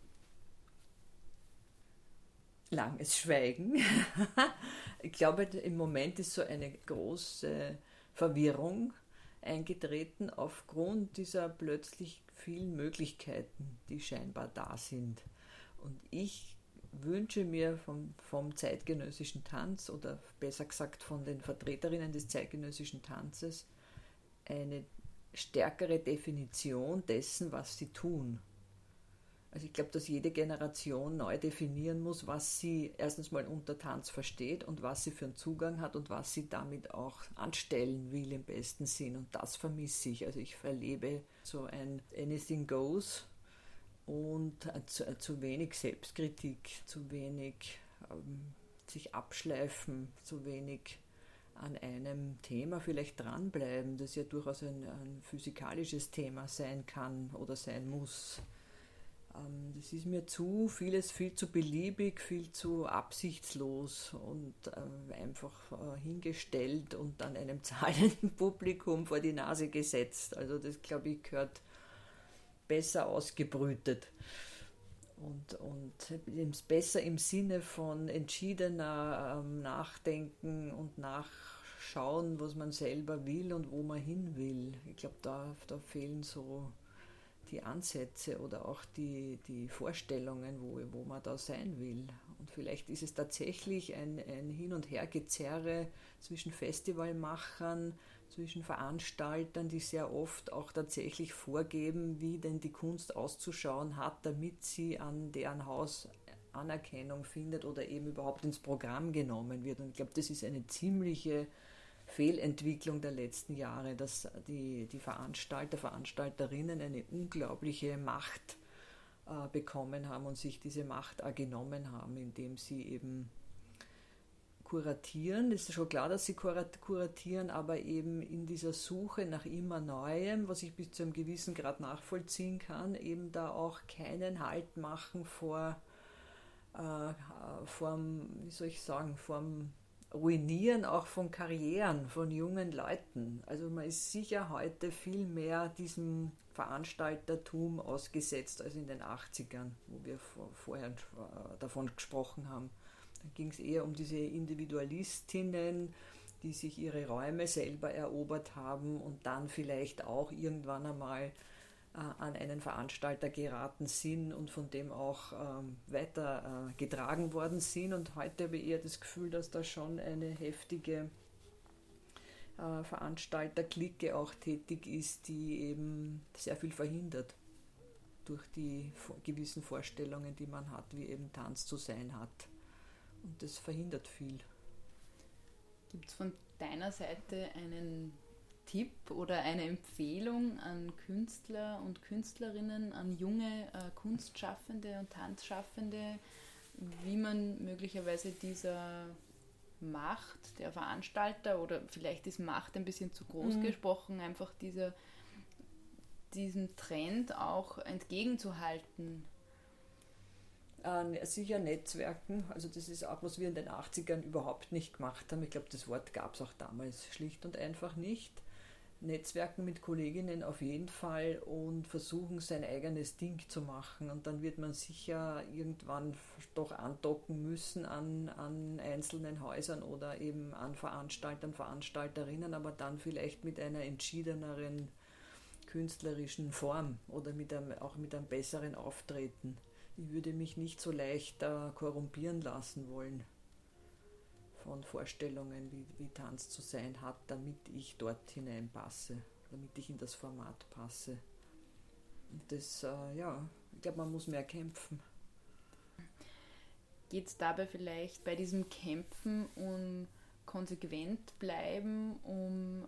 Langes Schweigen. Ich glaube, im Moment ist so eine große Verwirrung eingetreten aufgrund dieser plötzlich vielen Möglichkeiten, die scheinbar da sind. Und ich wünsche mir vom zeitgenössischen Tanz oder besser gesagt von den Vertreterinnen des zeitgenössischen Tanzes eine stärkere Definition dessen, was sie tun. Also ich glaube, dass jede Generation neu definieren muss, was sie erstens mal unter Tanz versteht und was sie für einen Zugang hat und was sie damit auch anstellen will im besten Sinn. Und das vermisse ich. Also ich erlebe so ein Anything Goes und zu wenig Selbstkritik, zu wenig sich abschleifen, zu wenig an einem Thema vielleicht dranbleiben, das ja durchaus ein physikalisches Thema sein kann oder sein muss. Das ist mir viel zu beliebig, viel zu absichtslos und einfach hingestellt und dann einem zahlenden Publikum vor die Nase gesetzt. Also das, glaube ich, gehört besser ausgebrütet und besser im Sinne von entschiedener Nachdenken und Nachschauen, was man selber will und wo man hin will. Ich glaube, da fehlen so die Ansätze oder auch die Vorstellungen, wo man da sein will. Und vielleicht ist es tatsächlich ein Hin- und Hergezerre zwischen Festivalmachern, zwischen Veranstaltern, die sehr oft auch tatsächlich vorgeben, wie denn die Kunst auszuschauen hat, damit sie an deren Haus Anerkennung findet oder eben überhaupt ins Programm genommen wird. Und ich glaube, das ist eine ziemliche Fehlentwicklung der letzten Jahre, dass die Veranstalterinnen eine unglaubliche Macht bekommen haben und sich diese Macht auch genommen haben, indem sie eben kuratieren. Es ist schon klar, dass sie kuratieren, aber eben in dieser Suche nach immer Neuem, was ich bis zu einem gewissen Grad nachvollziehen kann, eben da auch keinen Halt machen vorm Ruinieren auch von Karrieren von jungen Leuten. Also man ist sicher heute viel mehr diesem Veranstaltertum ausgesetzt als in den 80ern, wo wir vorher davon gesprochen haben. Da ging es eher um diese Individualistinnen, die sich ihre Räume selber erobert haben und dann vielleicht auch irgendwann einmal an einen Veranstalter geraten sind und von dem auch weiter getragen worden sind. Und heute habe ich eher das Gefühl, dass da schon eine heftige Veranstalterklicke auch tätig ist, die eben sehr viel verhindert durch die gewissen Vorstellungen, die man hat, wie eben Tanz zu sein hat. Und das verhindert viel. Gibt es von deiner Seite einen Tipp oder eine Empfehlung an Künstler und Künstlerinnen, an junge Kunstschaffende und Tanzschaffende, wie man möglicherweise dieser Macht der Veranstalter, oder vielleicht ist Macht ein bisschen zu groß gesprochen, einfach diesem Trend auch entgegenzuhalten? Sicher Netzwerken, also das ist auch, was wir in den 80ern überhaupt nicht gemacht haben. Ich glaube, das Wort gab es auch damals schlicht und einfach nicht. Netzwerken mit Kolleginnen auf jeden Fall und versuchen, sein eigenes Ding zu machen. Und dann wird man sicher irgendwann doch andocken müssen an einzelnen Häusern oder eben an Veranstaltern, Veranstalterinnen, aber dann vielleicht mit einer entschiedeneren künstlerischen Form oder auch mit einem besseren Auftreten. Ich würde mich nicht so leicht korrumpieren lassen wollen von Vorstellungen, wie Tanz zu sein hat, damit ich dort hineinpasse, damit ich in das Format passe. Und das, ich glaube, man muss mehr kämpfen. Geht es dabei vielleicht bei diesem Kämpfen um konsequent bleiben, um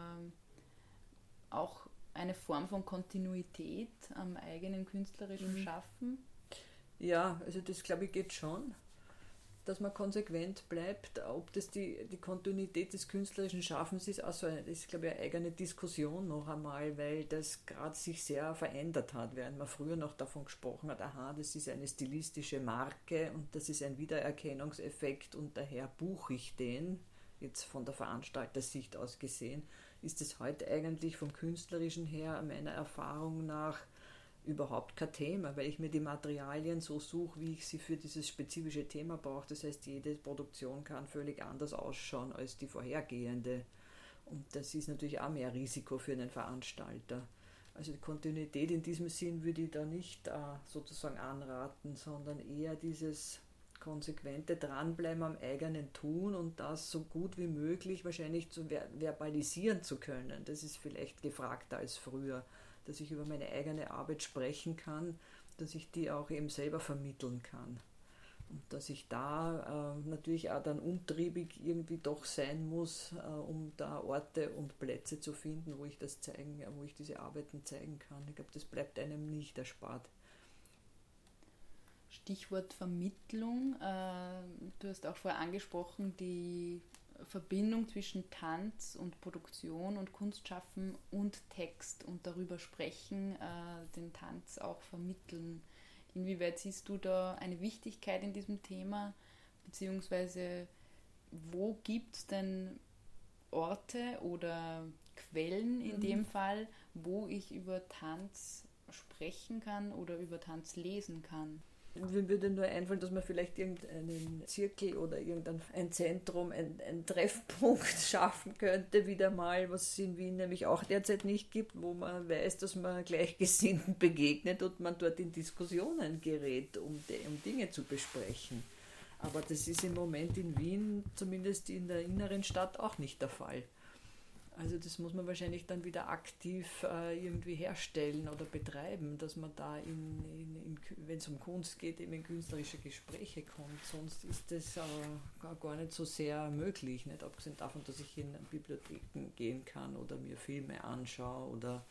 auch eine Form von Kontinuität am eigenen künstlerischen Schaffen? Ja, also das glaube ich geht schon, dass man konsequent bleibt. Ob das die Kontinuität des künstlerischen Schaffens ist, also das ist, glaube ich, eine eigene Diskussion noch einmal, weil das gerade sich sehr verändert hat, während man früher noch davon gesprochen hat, aha, das ist eine stilistische Marke und das ist ein Wiedererkennungseffekt und daher buche ich den, jetzt von der Veranstaltersicht aus gesehen, ist es heute eigentlich vom Künstlerischen her, meiner Erfahrung nach, überhaupt kein Thema, weil ich mir die Materialien so suche, wie ich sie für dieses spezifische Thema brauche. Das heißt, jede Produktion kann völlig anders ausschauen als die vorhergehende. Und das ist natürlich auch mehr Risiko für einen Veranstalter. Also die Kontinuität in diesem Sinn würde ich da nicht sozusagen anraten, sondern eher dieses konsequente Dranbleiben am eigenen Tun und das so gut wie möglich wahrscheinlich zu verbalisieren zu können. Das ist vielleicht gefragter als früher, dass ich über meine eigene Arbeit sprechen kann, dass ich die auch eben selber vermitteln kann. Und dass ich da natürlich auch dann umtriebig irgendwie doch sein muss, um da Orte und Plätze zu finden, wo ich diese Arbeiten zeigen kann. Ich glaube, das bleibt einem nicht erspart. Stichwort Vermittlung. Du hast auch vorher angesprochen, die Verbindung zwischen Tanz und Produktion und Kunstschaffen und Text und darüber sprechen, den Tanz auch vermitteln. Inwieweit siehst du da eine Wichtigkeit in diesem Thema, beziehungsweise wo gibt es denn Orte oder Quellen in dem Fall, wo ich über Tanz sprechen kann oder über Tanz lesen kann? Mir würde nur einfallen, dass man vielleicht irgendeinen Zirkel oder irgendein Zentrum, einen Treffpunkt schaffen könnte, wieder mal, was es in Wien nämlich auch derzeit nicht gibt, wo man weiß, dass man Gleichgesinnten begegnet und man dort in Diskussionen gerät, um Dinge zu besprechen. Aber das ist im Moment in Wien, zumindest in der inneren Stadt, auch nicht der Fall. Also das muss man wahrscheinlich dann wieder aktiv irgendwie herstellen oder betreiben, dass man da, wenn es um Kunst geht, eben in künstlerische Gespräche kommt. Sonst ist das gar nicht so sehr möglich, nicht abgesehen davon, dass ich in Bibliotheken gehen kann oder mir Filme anschaue oder...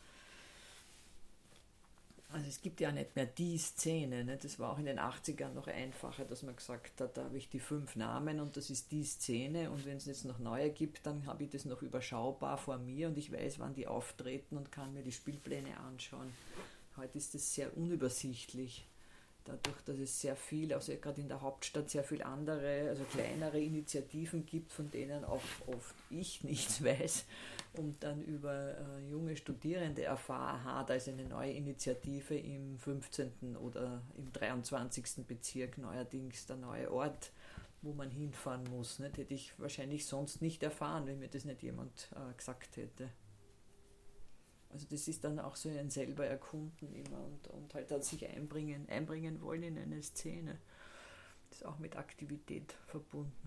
Also es gibt ja nicht mehr die Szene, ne? Das war auch in den 80ern noch einfacher, dass man gesagt hat, da habe ich die 5 Namen und das ist die Szene und wenn es jetzt noch neue gibt, dann habe ich das noch überschaubar vor mir und ich weiß, wann die auftreten und kann mir die Spielpläne anschauen. Heute ist das sehr unübersichtlich, dadurch, dass es sehr viel, also gerade in der Hauptstadt sehr viel andere, also kleinere Initiativen gibt, von denen auch oft ich nichts weiß und dann über junge Studierende erfahre, aha, da ist eine neue Initiative im 15. oder im 23. Bezirk, neuerdings der neue Ort, wo man hinfahren muss. Nicht? Hätte ich wahrscheinlich sonst nicht erfahren, wenn mir das nicht jemand gesagt hätte. Also das ist dann auch so ein selber erkunden immer und halt sich einbringen wollen in eine Szene. Das ist auch mit Aktivität verbunden.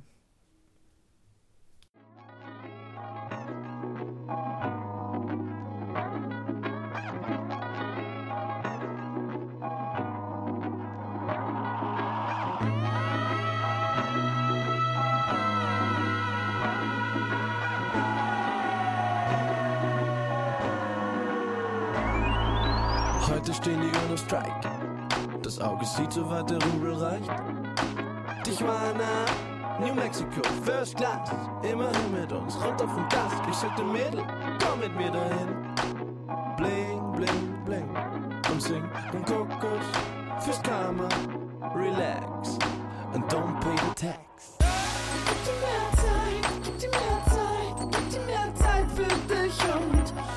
Heute stehen die Uhren auf Strike. Das Auge sieht, so weit der Rubel reicht. Tijuana, New Mexico, First Class. Immerhin mit uns, runter vom Gas. Ich sag dem Mädel, komm mit mir dahin. Bling, bling, bling. Und sing den Kokos fürs Karma. Relax and don't pay the tax. Gib dir mehr Zeit, gib dir mehr Zeit, gib dir mehr Zeit für dich und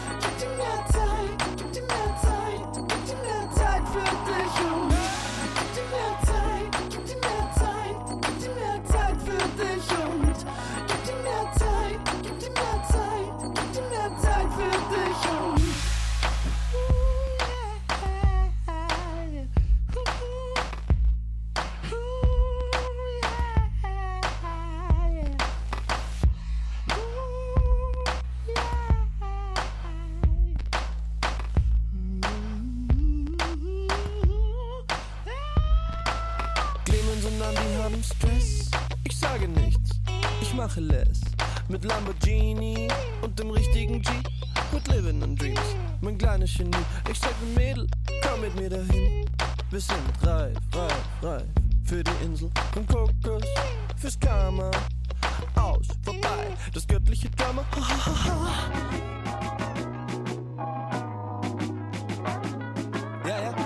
Kunden an, die haben Stress. Ich sage nichts, ich mache less. Mit Lamborghini und dem richtigen Jeep. Mit Living in Dreams, mein kleines Genie. Ich sag dem Mädel, komm mit mir dahin. Wir sind reif, reif, reif für die Insel. Vom Kokos, fürs Karma. Aus, vorbei, das göttliche Drama. Ja, ja.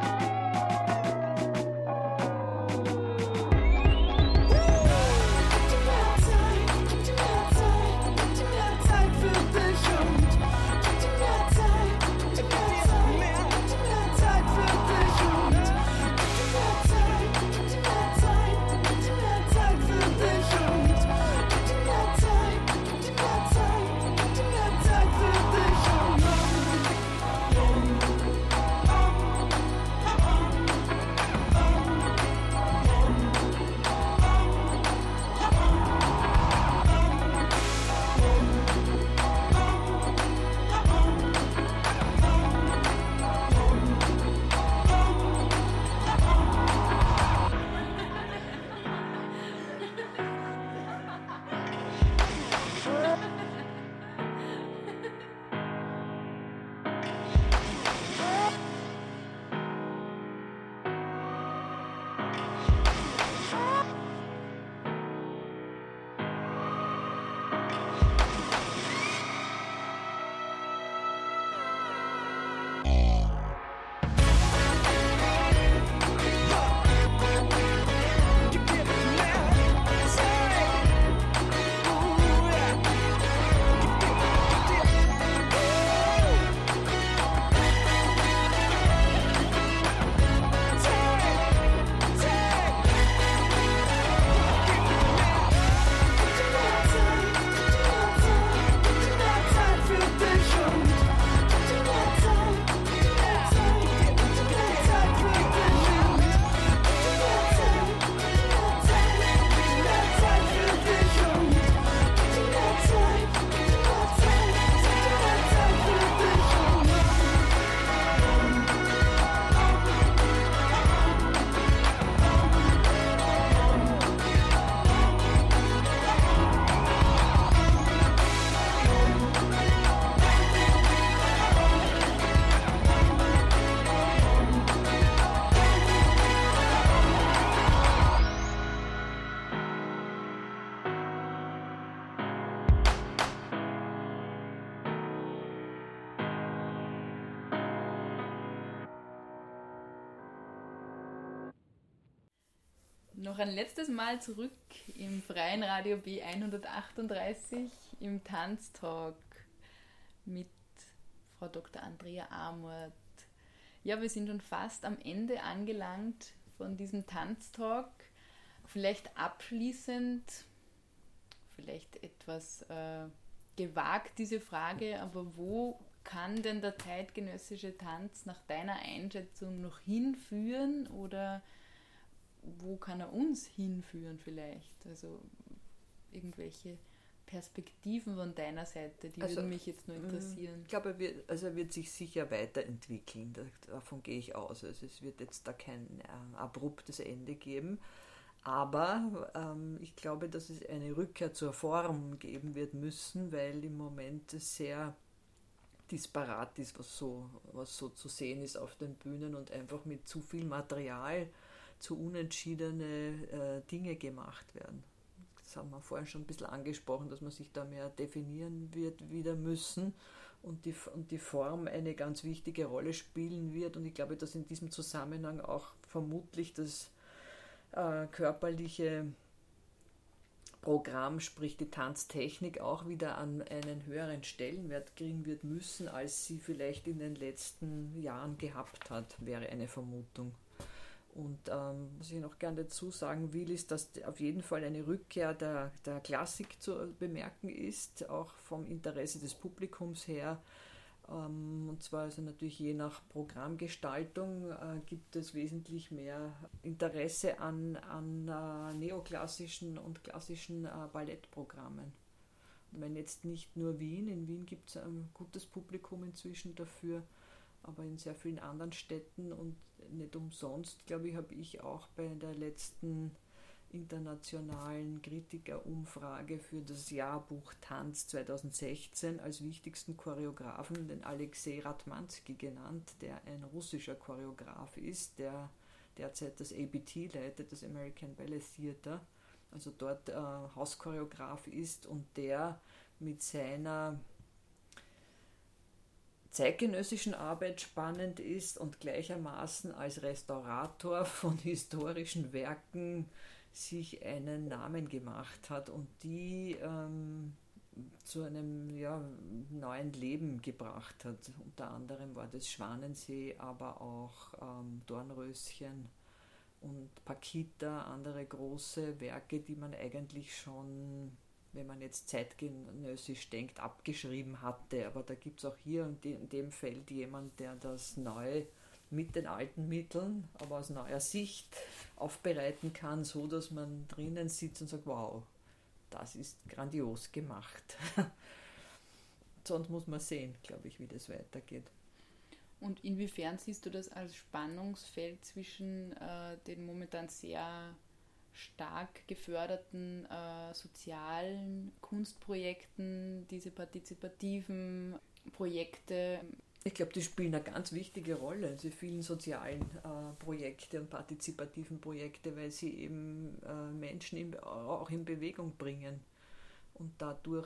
Noch ein letztes Mal zurück im freien Radio B138 im Tanztalk mit Frau Dr. Andrea Amort. Ja, wir sind schon fast am Ende angelangt von diesem Tanztalk. Vielleicht abschließend, vielleicht etwas gewagt diese Frage, aber wo kann denn der zeitgenössische Tanz nach deiner Einschätzung noch hinführen oder wo kann er uns hinführen vielleicht? Also irgendwelche Perspektiven von deiner Seite, die würden mich jetzt nur interessieren. Ich glaube, er wird sich sicher weiterentwickeln, davon gehe ich aus. Also es wird jetzt da kein abruptes Ende geben, aber ich glaube, dass es eine Rückkehr zur Form geben wird müssen, weil im Moment es sehr disparat ist, was so zu sehen ist auf den Bühnen und einfach mit zu viel Material zu unentschiedene Dinge gemacht werden. Das haben wir vorhin schon ein bisschen angesprochen, dass man sich da mehr definieren wird wieder müssen und die Form eine ganz wichtige Rolle spielen wird. Und ich glaube, dass in diesem Zusammenhang auch vermutlich das körperliche Programm, sprich die Tanztechnik, auch wieder an einen höheren Stellenwert kriegen wird müssen, als sie vielleicht in den letzten Jahren gehabt hat, wäre eine Vermutung. Und was ich noch gerne dazu sagen will, ist, dass auf jeden Fall eine Rückkehr der Klassik zu bemerken ist, auch vom Interesse des Publikums her. Und zwar also natürlich je nach Programmgestaltung gibt es wesentlich mehr Interesse an neoklassischen und klassischen Ballettprogrammen. Ich meine jetzt nicht nur Wien, in Wien gibt es ein gutes Publikum inzwischen dafür, aber in sehr vielen anderen Städten, und nicht umsonst, glaube ich, habe ich auch bei der letzten internationalen Kritikerumfrage für das Jahrbuch Tanz 2016 als wichtigsten Choreografen den Alexei Ratmansky genannt, der ein russischer Choreograf ist, der derzeit das ABT leitet, das American Ballet Theatre, also dort Hauschoreograf ist und der mit seiner zeitgenössischen Arbeit spannend ist und gleichermaßen als Restaurator von historischen Werken sich einen Namen gemacht hat und die zu einem neuen Leben gebracht hat. Unter anderem war das Schwanensee, aber auch Dornröschen und Paquita, andere große Werke, die man eigentlich schon, wenn man jetzt zeitgenössisch denkt, abgeschrieben hatte. Aber da gibt es auch hier in dem Feld jemand, der das neu mit den alten Mitteln, aber aus neuer Sicht aufbereiten kann, so dass man drinnen sitzt und sagt, wow, das ist grandios gemacht. Sonst muss man sehen, glaube ich, wie das weitergeht. Und inwiefern siehst du das als Spannungsfeld zwischen den momentan sehr stark geförderten sozialen Kunstprojekten, diese partizipativen Projekte? Ich glaube, die spielen eine ganz wichtige Rolle, diese vielen sozialen Projekte und partizipativen Projekte, weil sie eben Menschen auch in Bewegung bringen und dadurch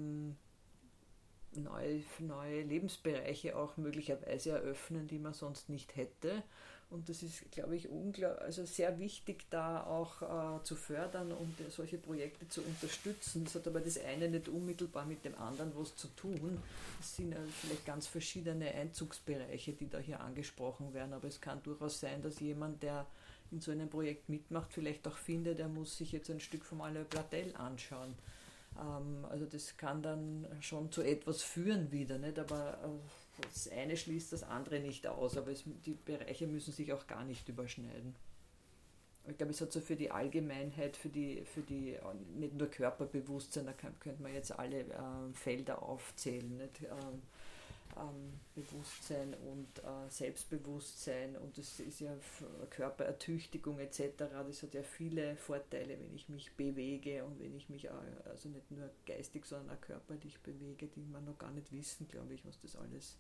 neue Lebensbereiche auch möglicherweise eröffnen, die man sonst nicht hätte. Und das ist, glaube ich, sehr wichtig, da auch zu fördern und solche Projekte zu unterstützen. Das hat aber das eine nicht unmittelbar mit dem anderen was zu tun. Es sind vielleicht ganz verschiedene Einzugsbereiche, die da hier angesprochen werden. Aber es kann durchaus sein, dass jemand, der in so einem Projekt mitmacht, vielleicht auch findet, er muss sich jetzt ein Stück vom Alain Platel anschauen. Also das kann dann schon zu etwas führen wieder, nicht? Aber das eine schließt das andere nicht aus, aber die Bereiche müssen sich auch gar nicht überschneiden. Ich glaube, es hat so für die Allgemeinheit, für die nicht nur Körperbewusstsein, da könnte man jetzt alle Felder aufzählen, nicht? Bewusstsein und Selbstbewusstsein, und das ist ja Körperertüchtigung etc. Das hat ja viele Vorteile, wenn ich mich bewege und wenn ich mich also nicht nur geistig, sondern auch körperlich bewege, die man noch gar nicht wissen, glaube ich, was das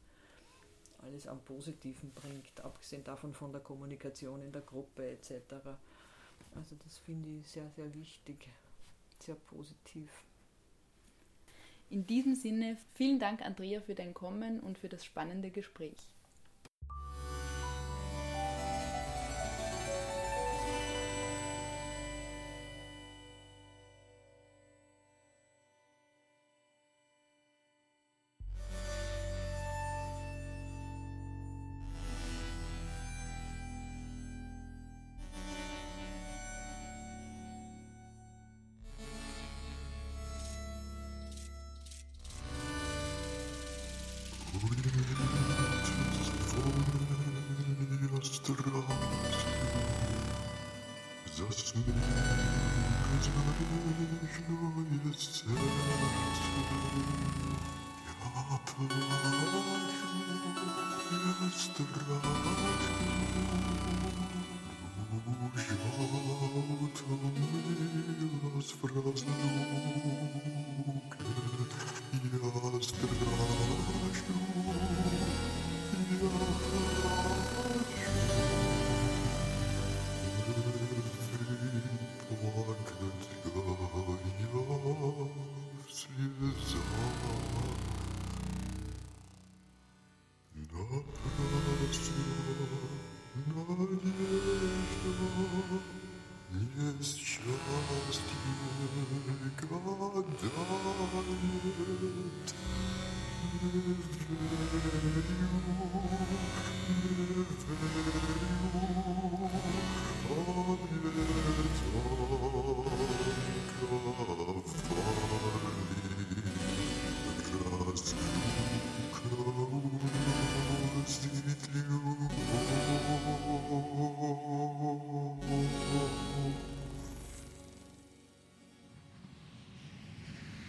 alles am Positiven bringt, abgesehen davon von der Kommunikation in der Gruppe etc. Also das finde ich sehr, sehr wichtig, sehr positiv. In diesem Sinne, vielen Dank, Andrea, für dein Kommen und für das spannende Gespräch.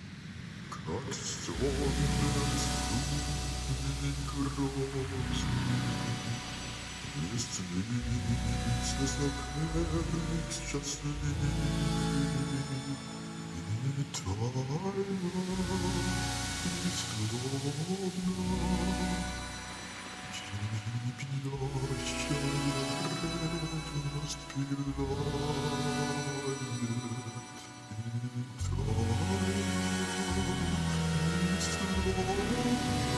Gott, so groß It's as the cracks just leave in time is gone now. Keep your shadow must be blinded in time is gone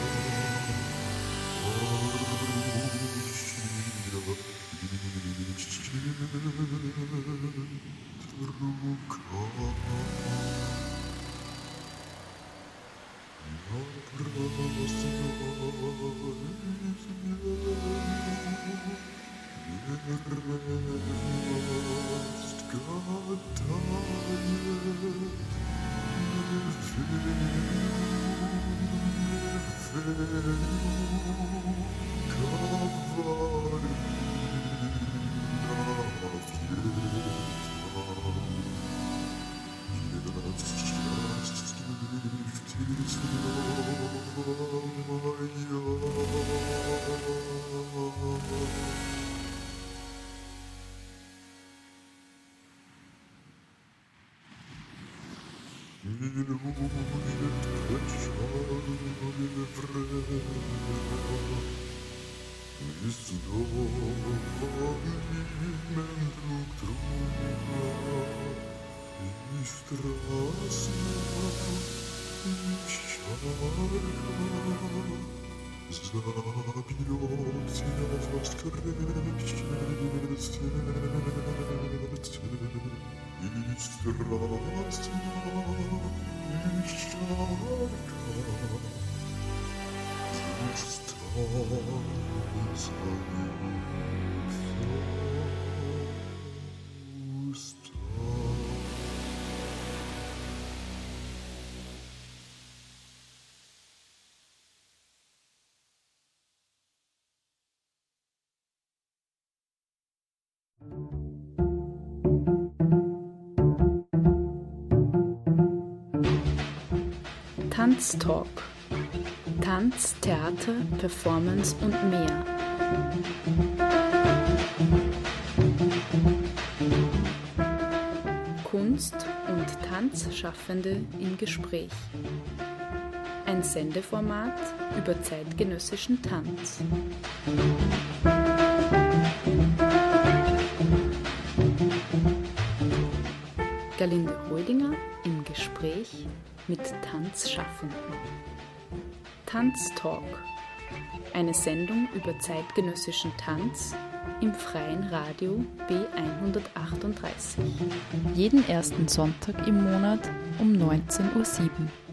Tanztalk. Tanz, Theater, Performance und mehr. Kunst- und Tanzschaffende im Gespräch. Ein Sendeformat über zeitgenössischen Tanz. Galinde Rödinger im Gespräch mit Tanzschaffenden. Tanztalk. Eine Sendung über zeitgenössischen Tanz im freien Radio B138. Jeden ersten Sonntag im Monat um 19:07 Uhr.